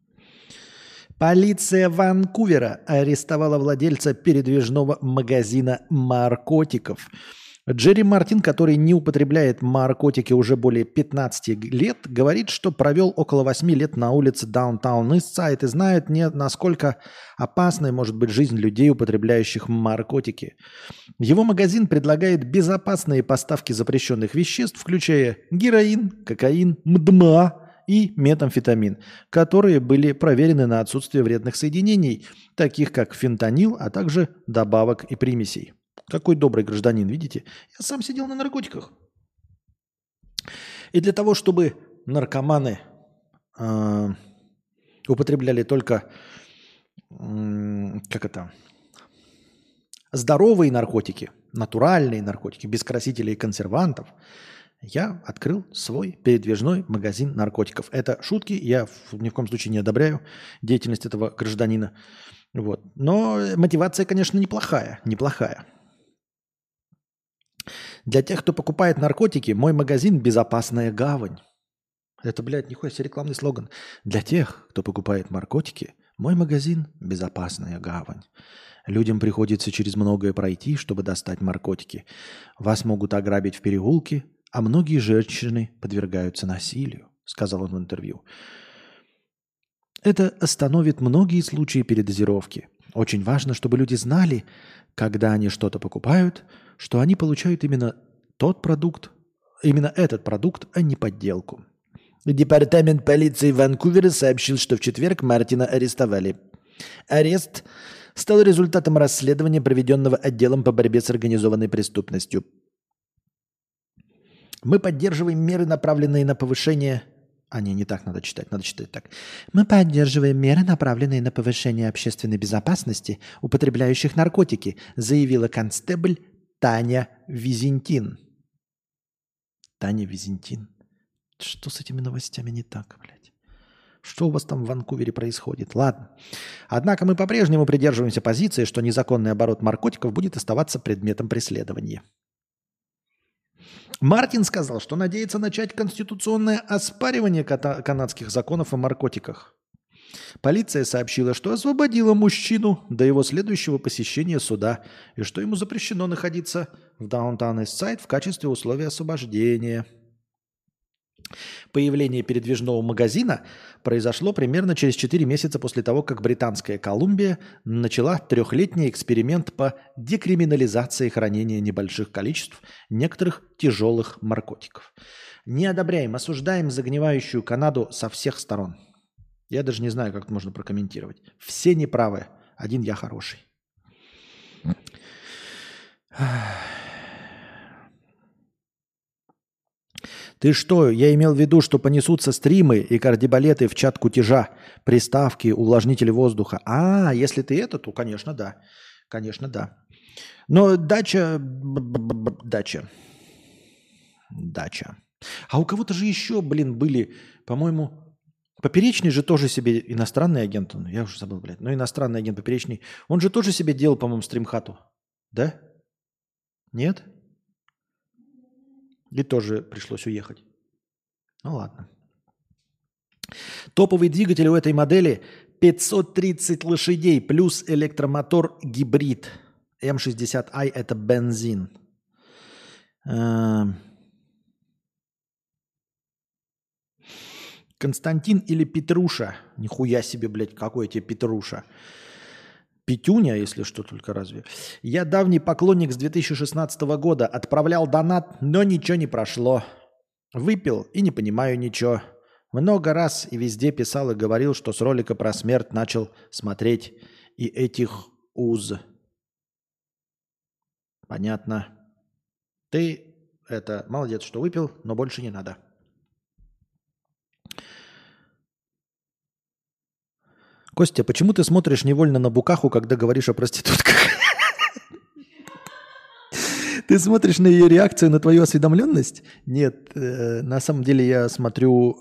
Полиция Ванкувера арестовала владельца передвижного магазина наркотиков. Джерри Мартин, который не употребляет наркотики уже более 15 лет, говорит, что провел около 8 лет на улице Даунтаун Истсайд и знает, насколько опасной может быть жизнь людей, употребляющих наркотики. Его магазин предлагает безопасные поставки запрещенных веществ, включая героин, кокаин, МДМА и метамфетамин, которые были проверены на отсутствие вредных соединений, таких как фентанил, а также добавок и примесей. Какой добрый гражданин, видите? Я сам сидел на наркотиках. И для того, чтобы наркоманы употребляли только здоровые наркотики, натуральные наркотики, без красителей и консервантов, я открыл свой передвижной магазин наркотиков. Это шутки, я ни в коем случае не одобряю деятельность этого гражданина. Вот. Но мотивация, конечно, неплохая. Для тех, кто покупает наркотики, мой магазин – безопасная гавань. Это, блядь, нихуя себе рекламный слоган. Для тех, кто покупает наркотики, мой магазин – безопасная гавань. Людям приходится через многое пройти, чтобы достать наркотики. Вас могут ограбить в переулке, а многие женщины подвергаются насилию, сказал он в интервью. Это остановит многие случаи передозировки. Очень важно, чтобы люди знали, когда они что-то покупают, что они получают именно этот продукт, а не подделку. Департамент полиции Ванкувера сообщил, что в четверг Мартина арестовали. Арест стал результатом расследования, проведенного отделом по борьбе с организованной преступностью. Мы поддерживаем меры, направленные на повышение... не так надо читать так. Мы поддерживаем меры, направленные на повышение общественной безопасности употребляющих наркотики, заявила констебль Таня Визентин. Таня Визентин? Что с этими новостями не так, блядь? Что у вас там в Ванкувере происходит? Ладно. Однако мы по-прежнему придерживаемся позиции, что незаконный оборот наркотиков будет оставаться предметом преследования. Мартин сказал, что надеется начать конституционное оспаривание канадских законов о наркотиках. Полиция сообщила, что освободила мужчину до его следующего посещения суда и что ему запрещено находиться в Даунтаун Истсайд в качестве условия освобождения. Появление передвижного магазина произошло примерно через 4 месяца после того, как Британская Колумбия начала 3-летний эксперимент по декриминализации хранения небольших количеств некоторых тяжелых наркотиков. Не одобряем, осуждаем загнивающую Канаду со всех сторон. Я даже не знаю, как это можно прокомментировать. Все неправы, один я хороший. Ты что? Я имел в виду, что понесутся стримы и кардибалеты в чат кутежа, приставки, увлажнители воздуха. Если ты это, то, конечно, да. Конечно, да. Но дача. А у кого-то же еще, блин, были, по-моему, Поперечный же тоже себе иностранный агент, он, я уже забыл, блядь, но иностранный агент Поперечный, он же тоже себе делал, по-моему, стримхату, да? Нет? И тоже пришлось уехать. Ну ладно. Топовый двигатель у этой модели 530 лошадей плюс электромотор гибрид. М60i это бензин. Константин или Петруша? Нихуя себе, блядь, какой тебе Петруша. Петюня, если что, только разве. Я давний поклонник с 2016 года. Отправлял донат, но ничего не прошло. Выпил и не понимаю ничего. Много раз и везде писал и говорил, что с ролика про смерть начал смотреть и этих уз. Понятно. Ты это молодец, что выпил, но больше не надо. Костя, почему ты смотришь невольно на Букаху, когда говоришь о проститутках? Ты смотришь на ее реакцию, на твою осведомленность? Нет, на самом деле я смотрю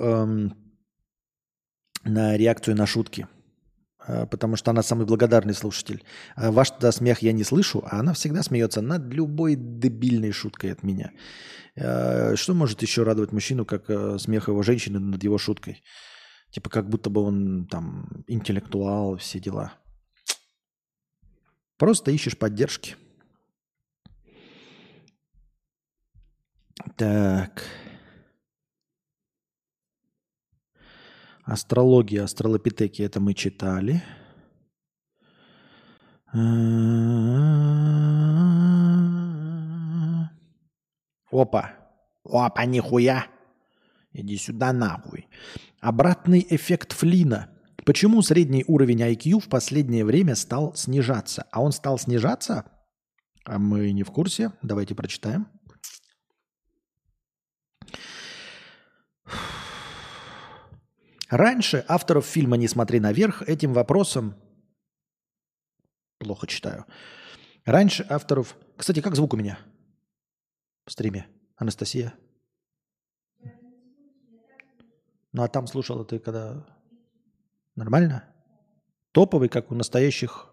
на реакцию на шутки, потому что она самый благодарный слушатель. Ваш тогда смех я не слышу, а она всегда смеется над любой дебильной шуткой от меня. Что может еще радовать мужчину, как смех его женщины над его шуткой? Типа как будто бы он там интеллектуал, все дела. Просто ищешь поддержки. Так. Астрология, астролопитеки, это мы читали. Опа. Опа, нихуя. Иди сюда нахуй. Обратный эффект Флина. Почему средний уровень IQ в последнее время стал снижаться? А он стал снижаться? А мы не в курсе. Давайте прочитаем. Раньше авторов фильма «Не смотри наверх» этим вопросом... Плохо читаю. Раньше авторов... Кстати, как звук у меня в стриме? Анастасия? Ну, а там слушала ты когда... Нормально? Топовый, как у настоящих...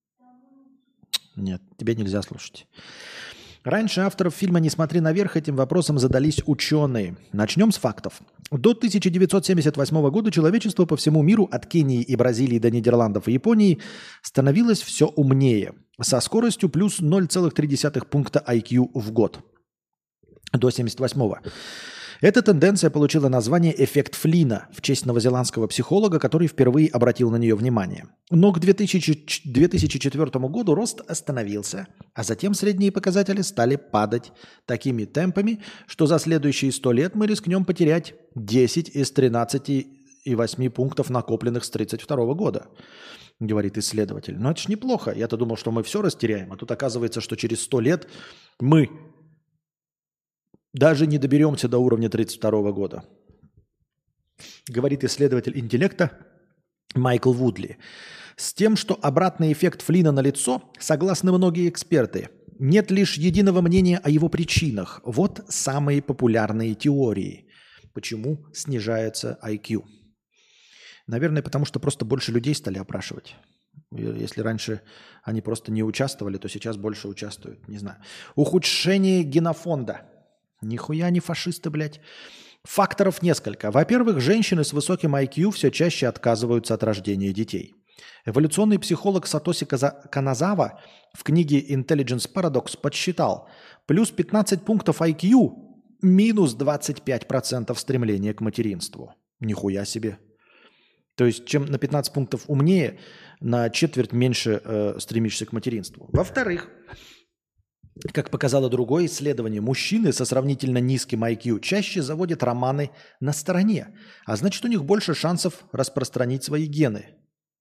Нет, тебе нельзя слушать. Раньше авторов фильма «Не смотри наверх» этим вопросом задались ученые. Начнем с фактов. До 1978 года человечество по всему миру, от Кении и Бразилии до Нидерландов и Японии, становилось все умнее, со скоростью плюс 0,3 пункта IQ в год. До 1978-го. Эта тенденция получила название «эффект Флина» в честь новозеландского психолога, который впервые обратил на нее внимание. Но к 2004 году рост остановился, а затем средние показатели стали падать такими темпами, что за следующие 100 лет мы рискнем потерять 10 из 13,8 пунктов, накопленных с 1932 года, говорит исследователь. Но это ж неплохо. Я-то думал, что мы все растеряем, а тут оказывается, что через 100 лет мы... даже не доберемся до уровня 1932 года, говорит исследователь интеллекта Майкл Вудли. С тем, что обратный эффект Флина налицо, согласны многие эксперты. Нет лишь единого мнения о его причинах. Вот самые популярные теории. Почему снижается IQ? Наверное, потому что просто больше людей стали опрашивать. Если раньше они просто не участвовали, то сейчас больше участвуют. Не знаю. Ухудшение генофонда. Нихуя не фашисты, блядь. Факторов несколько. Во-первых, женщины с высоким IQ все чаще отказываются от рождения детей. Эволюционный психолог Сатоси Каназава в книге Intelligence Paradox подсчитал: плюс 15 пунктов IQ, минус 25% стремления к материнству. Нихуя себе. То есть, чем на 15 пунктов умнее, на четверть меньше стремишься к материнству. Во-вторых, как показало другое исследование, мужчины со сравнительно низким IQ чаще заводят романы на стороне, а значит, у них больше шансов распространить свои гены.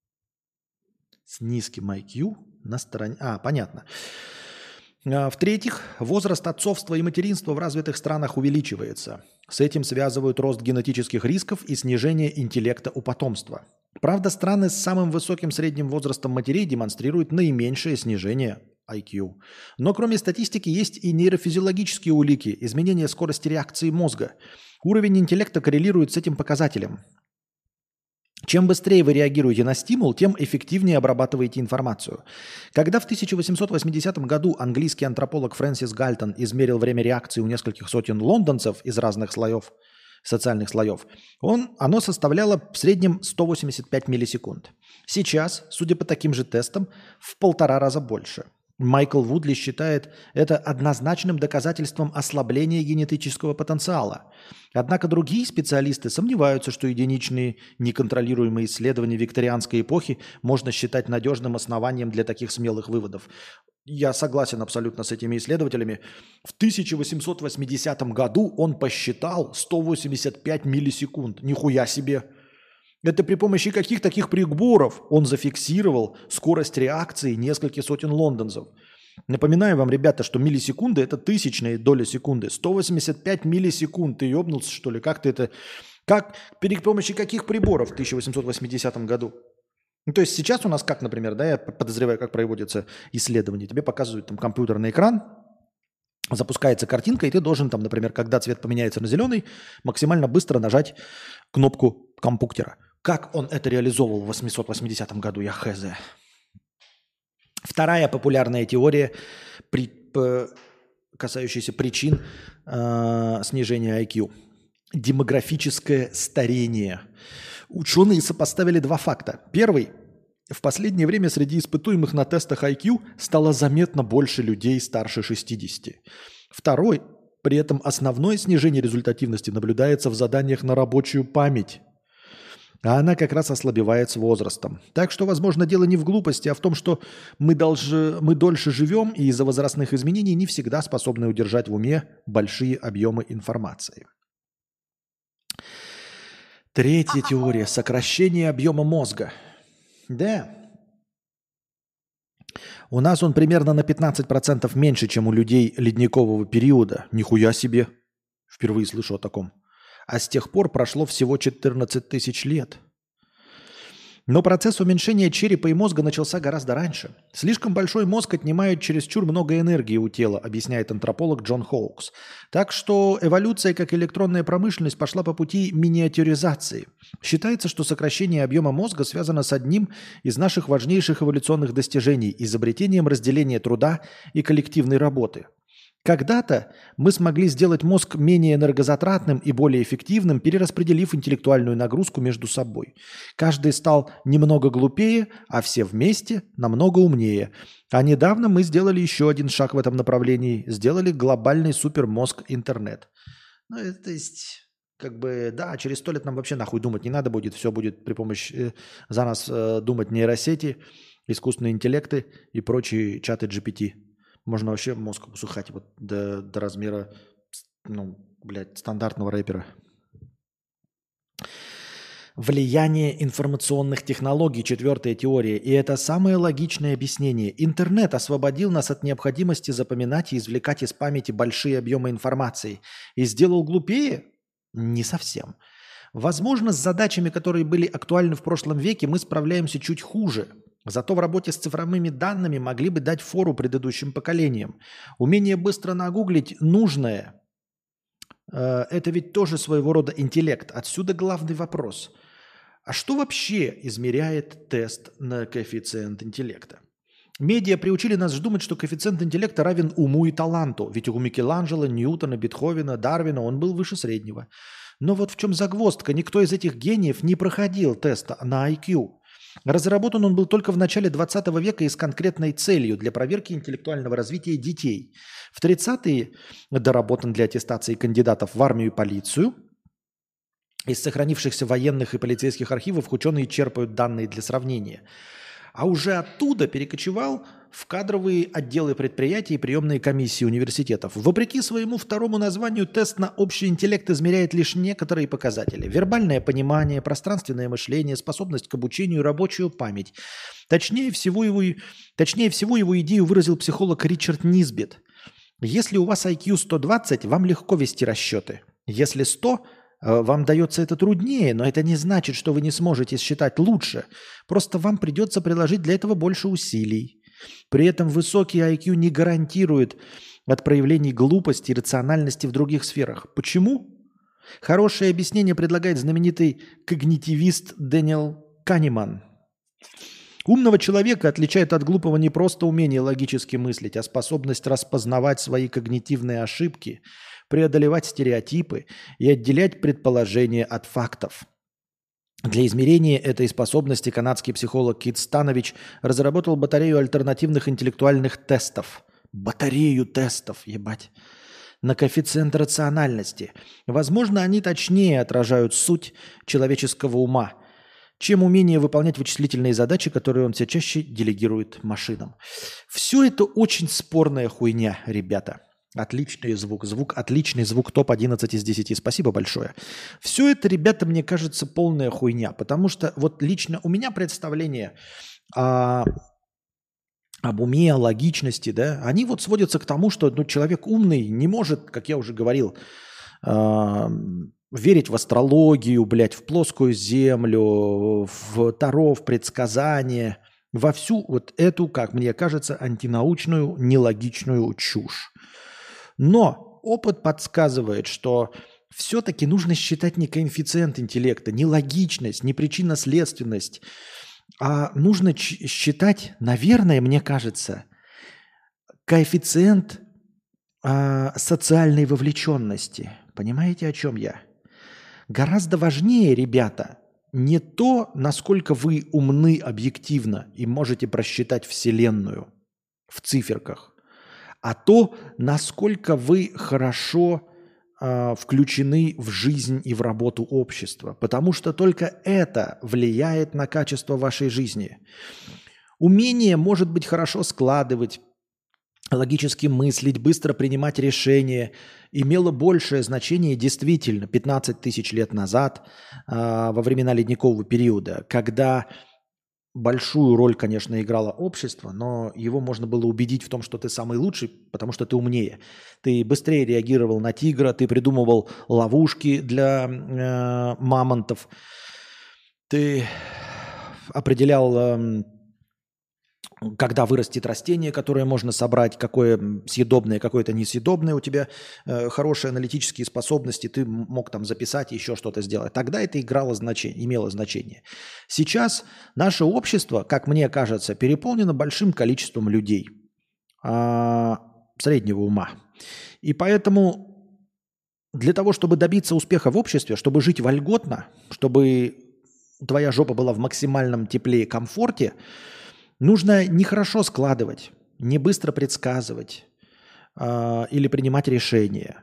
С низким IQ на стороне... понятно. В-третьих, возраст отцовства и материнства в развитых странах увеличивается. С этим связывают рост генетических рисков и снижение интеллекта у потомства. Правда, страны с самым высоким средним возрастом матерей демонстрируют наименьшее снижение IQ. Но кроме статистики есть и нейрофизиологические улики, изменение скорости реакции мозга. Уровень интеллекта коррелирует с этим показателем. Чем быстрее вы реагируете на стимул, тем эффективнее обрабатываете информацию. Когда в 1880 году английский антрополог Фрэнсис Гальтон измерил время реакции у нескольких сотен лондонцев из разных слоев, социальных слоев, оно составляло в среднем 185 миллисекунд. Сейчас, судя по таким же тестам, в 1,5 раза больше. Майкл Вудли считает это однозначным доказательством ослабления генетического потенциала. Однако другие специалисты сомневаются, что единичные неконтролируемые исследования викторианской эпохи можно считать надежным основанием для таких смелых выводов. Я согласен абсолютно с этими исследователями. В 1880 году он посчитал 185 миллисекунд. Нихуя себе! Это при помощи каких таких приборов он зафиксировал скорость реакции нескольких сотен лондонцев. Напоминаю вам, ребята, что миллисекунды – это тысячные доли секунды. 185 миллисекунд. Ты ебнулся, что ли? Как ты это... Как? При помощи каких приборов в 1880 году? Ну, то есть сейчас у нас как, например, да, я подозреваю, как проводится исследование. Тебе показывают там компьютерный экран, запускается картинка, и ты должен там, например, когда цвет поменяется на зеленый, максимально быстро нажать кнопку компьютера. Как он это реализовал в 880 году, я хз. Вторая популярная теория, касающаяся причин снижения IQ. Демографическое старение. Ученые сопоставили два факта. Первый. В последнее время среди испытуемых на тестах IQ стало заметно больше людей старше 60. Второй. При этом основное снижение результативности наблюдается в заданиях на рабочую память. А она как раз ослабевает с возрастом. Так что, возможно, дело не в глупости, а в том, что мы дольше живем и из-за возрастных изменений не всегда способны удержать в уме большие объемы информации. Третья теория – сокращение объема мозга. Да. У нас он примерно на 15% меньше, чем у людей ледникового периода. Нихуя себе. Впервые слышу о таком. А с тех пор прошло всего 14 тысяч лет. Но процесс уменьшения черепа и мозга начался гораздо раньше. Слишком большой мозг отнимает чересчур много энергии у тела, объясняет антрополог Джон Хоукс. Так что эволюция, как электронная промышленность, пошла по пути миниатюризации. Считается, что сокращение объема мозга связано с одним из наших важнейших эволюционных достижений – изобретением разделения труда и коллективной работы. Когда-то мы смогли сделать мозг менее энергозатратным и более эффективным, перераспределив интеллектуальную нагрузку между собой. Каждый стал немного глупее, а все вместе намного умнее. А недавно мы сделали еще один шаг в этом направлении. Сделали глобальный супермозг интернет. Ну, то есть, как бы, да, через 100 лет нам вообще нахуй думать не надо будет. Все будет при помощи за нас думать нейросети, искусственные интеллекты и прочие чаты GPT. Можно вообще мозг усыхать вот до размера, стандартного рэпера. Влияние информационных технологий – четвертая теория. И это самое логичное объяснение. Интернет освободил нас от необходимости запоминать и извлекать из памяти большие объемы информации. И сделал глупее? Не совсем. Возможно, с задачами, которые были актуальны в прошлом веке, мы справляемся чуть хуже. Зато в работе с цифровыми данными могли бы дать фору предыдущим поколениям. Умение быстро нагуглить нужное – это ведь тоже своего рода интеллект. Отсюда главный вопрос. А что вообще измеряет тест на коэффициент интеллекта? Медиа приучили нас думать, что коэффициент интеллекта равен уму и таланту. Ведь у Микеланджело, Ньютона, Бетховена, Дарвина он был выше среднего. Но вот в чем загвоздка. Никто из этих гениев не проходил теста на IQ. Разработан он был только в начале 20 века и с конкретной целью для проверки интеллектуального развития детей. В 30-е доработан для аттестации кандидатов в армию и полицию. Из сохранившихся военных и полицейских архивов ученые черпают данные для сравнения. А уже оттуда перекочевал в кадровые отделы предприятий и приемные комиссии университетов. Вопреки своему второму названию, тест на общий интеллект измеряет лишь некоторые показатели. Вербальное понимание, пространственное мышление, способность к обучению, рабочую память. Точнее всего его идею выразил психолог Ричард Нисбет. Если у вас IQ 120, вам легко вести расчеты. Если 100, вам дается это труднее, но это не значит, что вы не сможете считать лучше. Просто вам придется приложить для этого больше усилий. При этом высокий IQ не гарантирует от проявлений глупости и рациональности в других сферах. Почему? Хорошее объяснение предлагает знаменитый когнитивист Дэниел Канеман. Умного человека отличает от глупого не просто умение логически мыслить, а способность распознавать свои когнитивные ошибки, преодолевать стереотипы и отделять предположения от фактов. Для измерения этой способности канадский психолог Кит Станович разработал батарею альтернативных интеллектуальных тестов. Батарею тестов, ебать. На коэффициент рациональности. Возможно, они точнее отражают суть человеческого ума, чем умение выполнять вычислительные задачи, которые он все чаще делегирует машинам. Все это очень спорная хуйня, ребята. Отличный звук. Отличный звук. Топ-11 из 10. Спасибо большое. Все это, ребята, мне кажется, полная хуйня. Потому что вот лично у меня представление об уме, о логичности, да, они вот сводятся к тому, что человек умный не может, как я уже говорил, верить в астрологию, блядь, в плоскую землю, в таро, в предсказания, во всю вот эту, как мне кажется, антинаучную, нелогичную чушь. Но опыт подсказывает, что все-таки нужно считать не коэффициент интеллекта, не логичность, не причинно-следственность, а нужно считать, наверное, мне кажется, коэффициент социальной вовлеченности. Понимаете, о чем я? Гораздо важнее, ребята, не то, насколько вы умны объективно и можете просчитать Вселенную в циферках, а то, насколько вы хорошо включены в жизнь и в работу общества. Потому что только это влияет на качество вашей жизни. Умение может быть хорошо складывать, логически мыслить, быстро принимать решения имело большее значение действительно 15 тысяч лет назад, во времена ледникового периода, когда большую роль, конечно, играло общество, но его можно было убедить в том, что ты самый лучший, потому что ты умнее. Ты быстрее реагировал на тигра, ты придумывал ловушки для мамонтов, ты определял, когда вырастет растение, которое можно собрать, какое съедобное, какое-то несъедобное, у тебя хорошие аналитические способности, ты мог там записать, еще что-то сделать. Тогда это играло значение, имело значение. Сейчас наше общество, как мне кажется, переполнено большим количеством людей среднего ума. И поэтому для того, чтобы добиться успеха в обществе, чтобы жить вольготно, чтобы твоя жопа была в максимальном тепле и комфорте, нужно не хорошо складывать, не быстро предсказывать или принимать решения,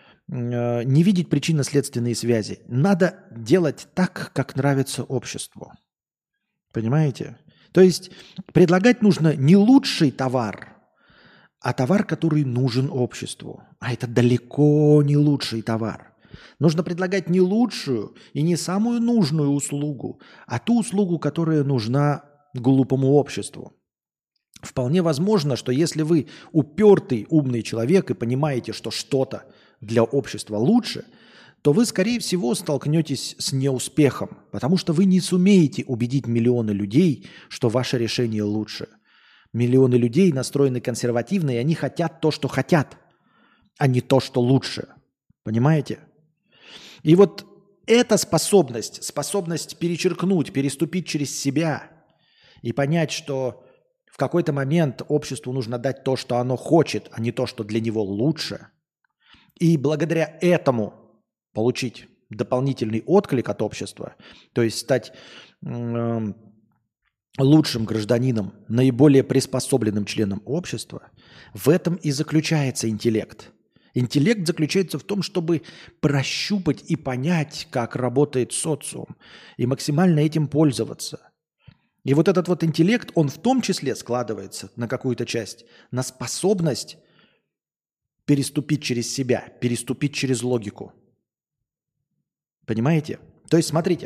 не видеть причинно-следственные связи. Надо делать так, как нравится обществу. Понимаете? То есть предлагать нужно не лучший товар, а товар, который нужен обществу. А это далеко не лучший товар. Нужно предлагать не лучшую и не самую нужную услугу, а ту услугу, которая нужна глупому обществу. Вполне возможно, что если вы упертый, умный человек и понимаете, что что-то для общества лучше, то вы, скорее всего, столкнетесь с неуспехом, потому что вы не сумеете убедить миллионы людей, что ваше решение лучше. Миллионы людей настроены консервативно, и они хотят то, что хотят, а не то, что лучше. Понимаете? И вот эта способность перечеркнуть, переступить через себя и понять, что в какой-то момент обществу нужно дать то, что оно хочет, а не то, что для него лучше. И благодаря этому получить дополнительный отклик от общества, то есть стать лучшим гражданином, наиболее приспособленным членом общества, в этом и заключается интеллект. Интеллект заключается в том, чтобы прощупать и понять, как работает социум, и максимально этим пользоваться. И вот этот вот интеллект, он в том числе складывается на какую-то часть, на способность переступить через себя, переступить через логику. Понимаете? То есть, смотрите,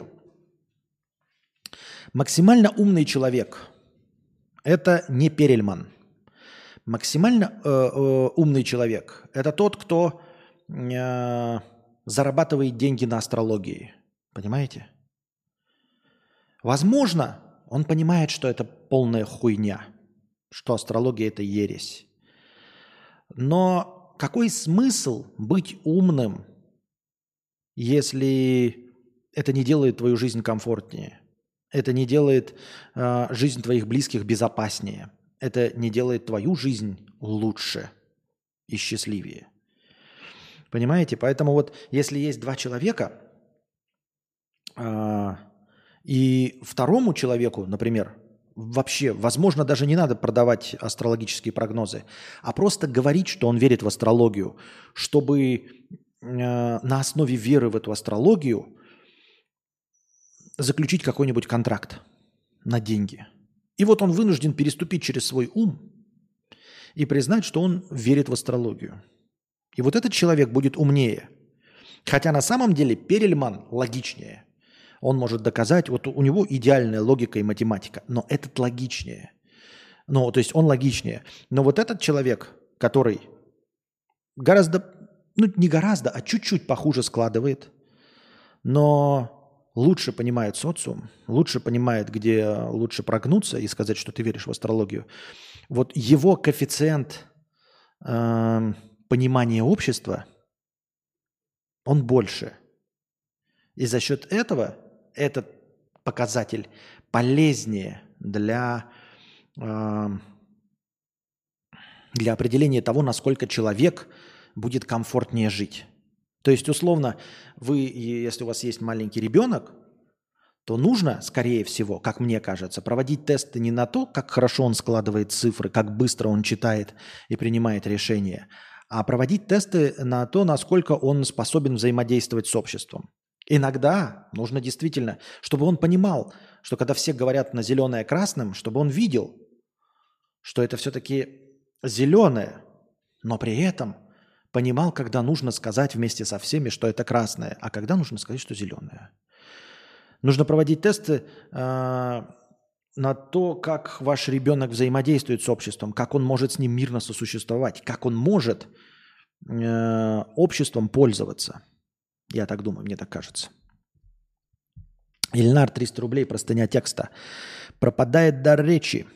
максимально умный человек – это не Перельман. Максимально умный человек – это тот, кто зарабатывает деньги на астрологии. Понимаете? Возможно, он понимает, что это полная хуйня. что астрология – это ересь. Но какой смысл быть умным, если это не делает твою жизнь комфортнее? Это не делает жизнь твоих близких безопаснее. Это не делает твою жизнь лучше и счастливее. Понимаете? Поэтому вот если есть два человека, и второму человеку, например, вообще, возможно, даже не надо продавать астрологические прогнозы, а просто говорить, что он верит в астрологию, чтобы на основе веры в эту астрологию заключить какой-нибудь контракт на деньги. И вот он вынужден переступить через свой ум и признать, что он верит в астрологию. И вот этот человек будет умнее. Хотя на самом деле Перельман логичнее. Он может доказать, вот у него идеальная логика и математика, но этот логичнее. Ну, то есть он логичнее. Но вот этот человек, который гораздо, ну не гораздо, а чуть-чуть похуже складывает, но лучше понимает социум, лучше понимает, где лучше прогнуться и сказать, что ты веришь в астрологию. Вот его коэффициент понимания общества, он больше. И за счет этого этот показатель полезнее для определения того, насколько человек будет комфортнее жить. То есть, условно, вы, если у вас есть маленький ребенок, то нужно, скорее всего, как мне кажется, проводить тесты не на то, как хорошо он складывает цифры, как быстро он читает и принимает решения, а проводить тесты на то, насколько он способен взаимодействовать с обществом. Иногда нужно действительно, чтобы он понимал, что когда все говорят на зеленое красным, чтобы он видел, что это все-таки зеленое, но при этом понимал, когда нужно сказать вместе со всеми, что это красное, а когда нужно сказать, что зеленое. Нужно проводить тесты на то, как ваш ребенок взаимодействует с обществом, как он может с ним мирно сосуществовать, как он может обществом пользоваться. Я так думаю, мне так кажется. Ильнар, 300 рублей, простыня текста. Пропадает дар речи.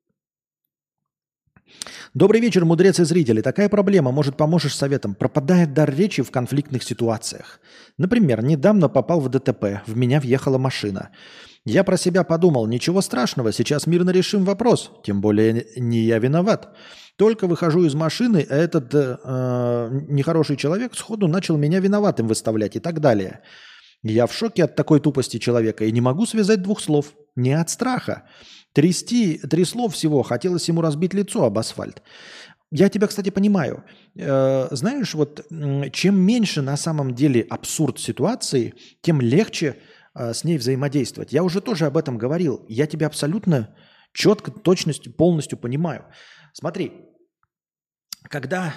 Добрый вечер, мудрец и зрители. Такая проблема, может, поможешь советом. Пропадает дар речи в конфликтных ситуациях. Например, недавно попал в ДТП, в меня въехала машина. Я про себя подумал, ничего страшного, сейчас мирно решим вопрос, тем более не я виноват. Только выхожу из машины, а этот нехороший человек сходу начал меня виноватым выставлять и так далее. Я в шоке от такой тупости человека и не могу связать двух слов. Не от страха. Три слов всего, хотелось ему разбить лицо об асфальт. Я тебя, кстати, понимаю. Знаешь, вот чем меньше на самом деле абсурд ситуации, тем легче с ней взаимодействовать. Я уже тоже об этом говорил. Я тебя абсолютно четко, точностью, полностью понимаю. Смотри, когда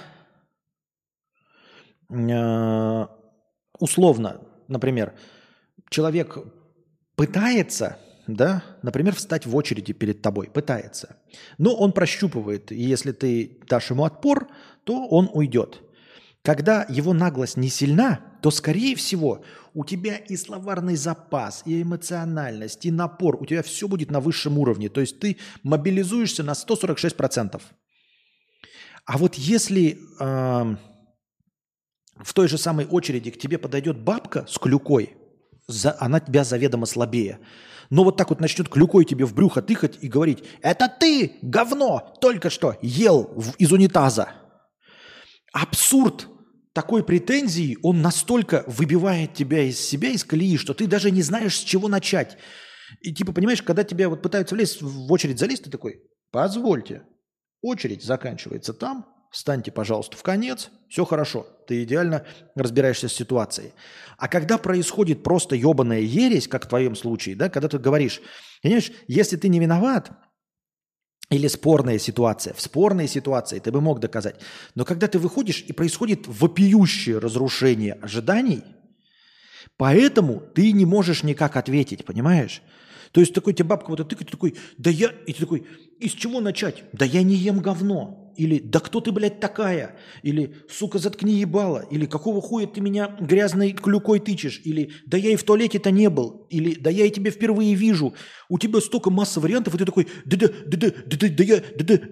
условно, например, человек пытается, да, например, встать в очереди перед тобой, пытается, но он прощупывает, и если ты дашь ему отпор, то он уйдет. Когда его наглость не сильна, то, скорее всего, у тебя и словарный запас, и эмоциональность, и напор, у тебя все будет на высшем уровне. То есть ты мобилизуешься на 146%. А вот если в той же самой очереди к тебе подойдет бабка с клюкой, она тебя заведомо слабее, но вот так вот начнет клюкой тебе в брюхо тыкать и говорить: «Это ты, говно, только что ел из унитаза». Абсурд такой претензии, он настолько выбивает тебя из себя, из колеи, что ты даже не знаешь, с чего начать. И типа, понимаешь, когда тебя вот пытаются влезть в очередь залезть, ты такой: позвольте, очередь заканчивается там, встаньте, пожалуйста, в конец, все хорошо, ты идеально разбираешься с ситуацией. А когда происходит просто ебаная ересь, как в твоем случае, да, когда ты говоришь, понимаешь, если ты не виноват, или спорная ситуация. В спорной ситуации ты бы мог доказать. Но когда ты выходишь, и происходит вопиющее разрушение ожиданий, поэтому ты не можешь никак ответить, понимаешь? То есть такой тебе бабка вот это тыкает, ты такой, да я... И ты такой, из чего начать? Да я не ем говно. Или да кто ты, блядь, такая? Или сука, заткни ебало. Или какого хуя ты меня грязной клюкой тычешь? Или да я и в туалете-то не был. Или да я и тебя впервые вижу. У тебя столько масса вариантов, и ты такой, да я,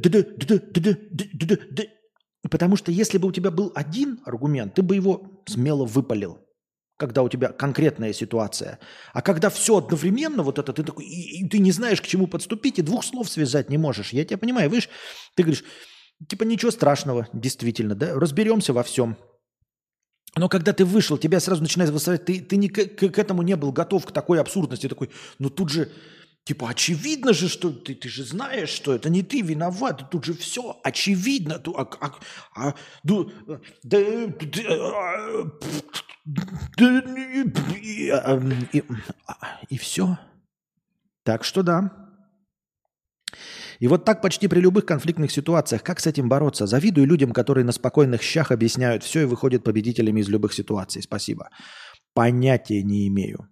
да. Потому что если бы у тебя был один аргумент, ты бы его смело выпалил, когда у тебя конкретная ситуация. А когда все одновременно, вот это ты такой, и ты не знаешь, к чему подступить, и двух слов связать не можешь. Я тебя понимаю, видишь, ты говоришь, типа ничего страшного, действительно, да, разберемся во всем. Но когда ты вышел, тебя сразу начинает выставлять, ты не к этому не был готов, к такой абсурдности, такой, ну тут же, типа, очевидно же, что ты же знаешь, что это не ты виноват, тут же все очевидно. И все. Так что да. И вот так почти при любых конфликтных ситуациях. Как с этим бороться? Завидую людям, которые на спокойных щах объясняют все и выходят победителями из любых ситуаций. Спасибо. Понятия не имею.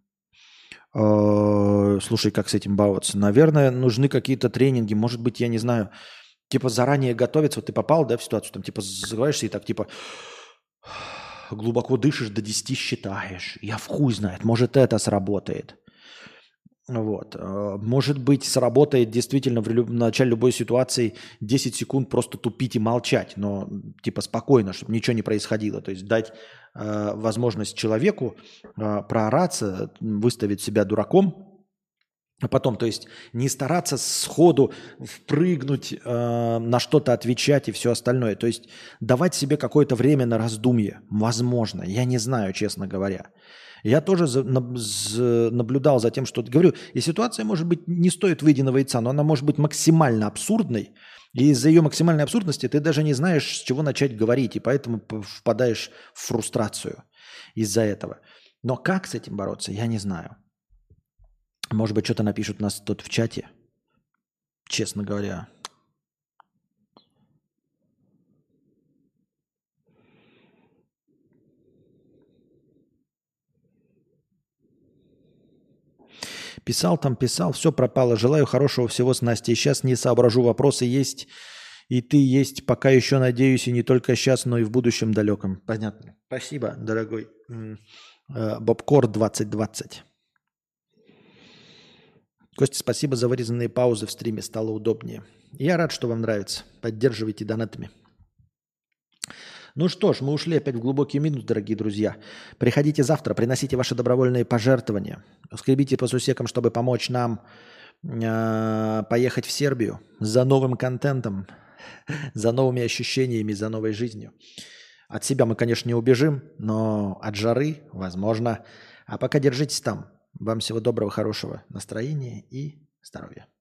Слушай, как с этим бороться? Наверное, нужны какие-то тренинги. Может быть, я не знаю, типа заранее готовиться. Вот ты попал, да, в ситуацию, там типа закрываешься и так типа глубоко дышишь, до 10 считаешь. Я в хуй знает, может это сработает. Вот. Может быть, сработает действительно в начале любой ситуации 10 секунд просто тупить и молчать, но типа спокойно, чтобы ничего не происходило. То есть дать возможность человеку проораться, выставить себя дураком, а потом, то есть не стараться сходу впрыгнуть, на что-то отвечать и все остальное. То есть давать себе какое-то время на раздумье. Возможно. Я не знаю, честно говоря. Я тоже наблюдал за тем, что говорю, и ситуация, может быть, не стоит выеденного яйца, но она может быть максимально абсурдной, и из-за ее максимальной абсурдности ты даже не знаешь, с чего начать говорить, и поэтому впадаешь в фрустрацию из-за этого. Но как с этим бороться, я не знаю. Может быть, что-то напишут нас тут в чате, честно говоря. Писал, все пропало. Желаю хорошего всего с Настей. Сейчас не соображу, вопросы есть, и ты есть. Пока еще надеюсь, и не только сейчас, но и в будущем далеком. Понятно. Спасибо, дорогой Бобкор 2020. Костя, спасибо за вырезанные паузы в стриме. Стало удобнее. Я рад, что вам нравится. Поддерживайте донатами. Ну что ж, мы ушли опять в глубокий минус, дорогие друзья. Приходите завтра, приносите ваши добровольные пожертвования. Скребите по сусекам, чтобы помочь нам поехать в Сербию за новым контентом, за новыми ощущениями, за новой жизнью. От себя мы, конечно, не убежим, но от жары, возможно. А пока держитесь там. Вам всего доброго, хорошего настроения и здоровья.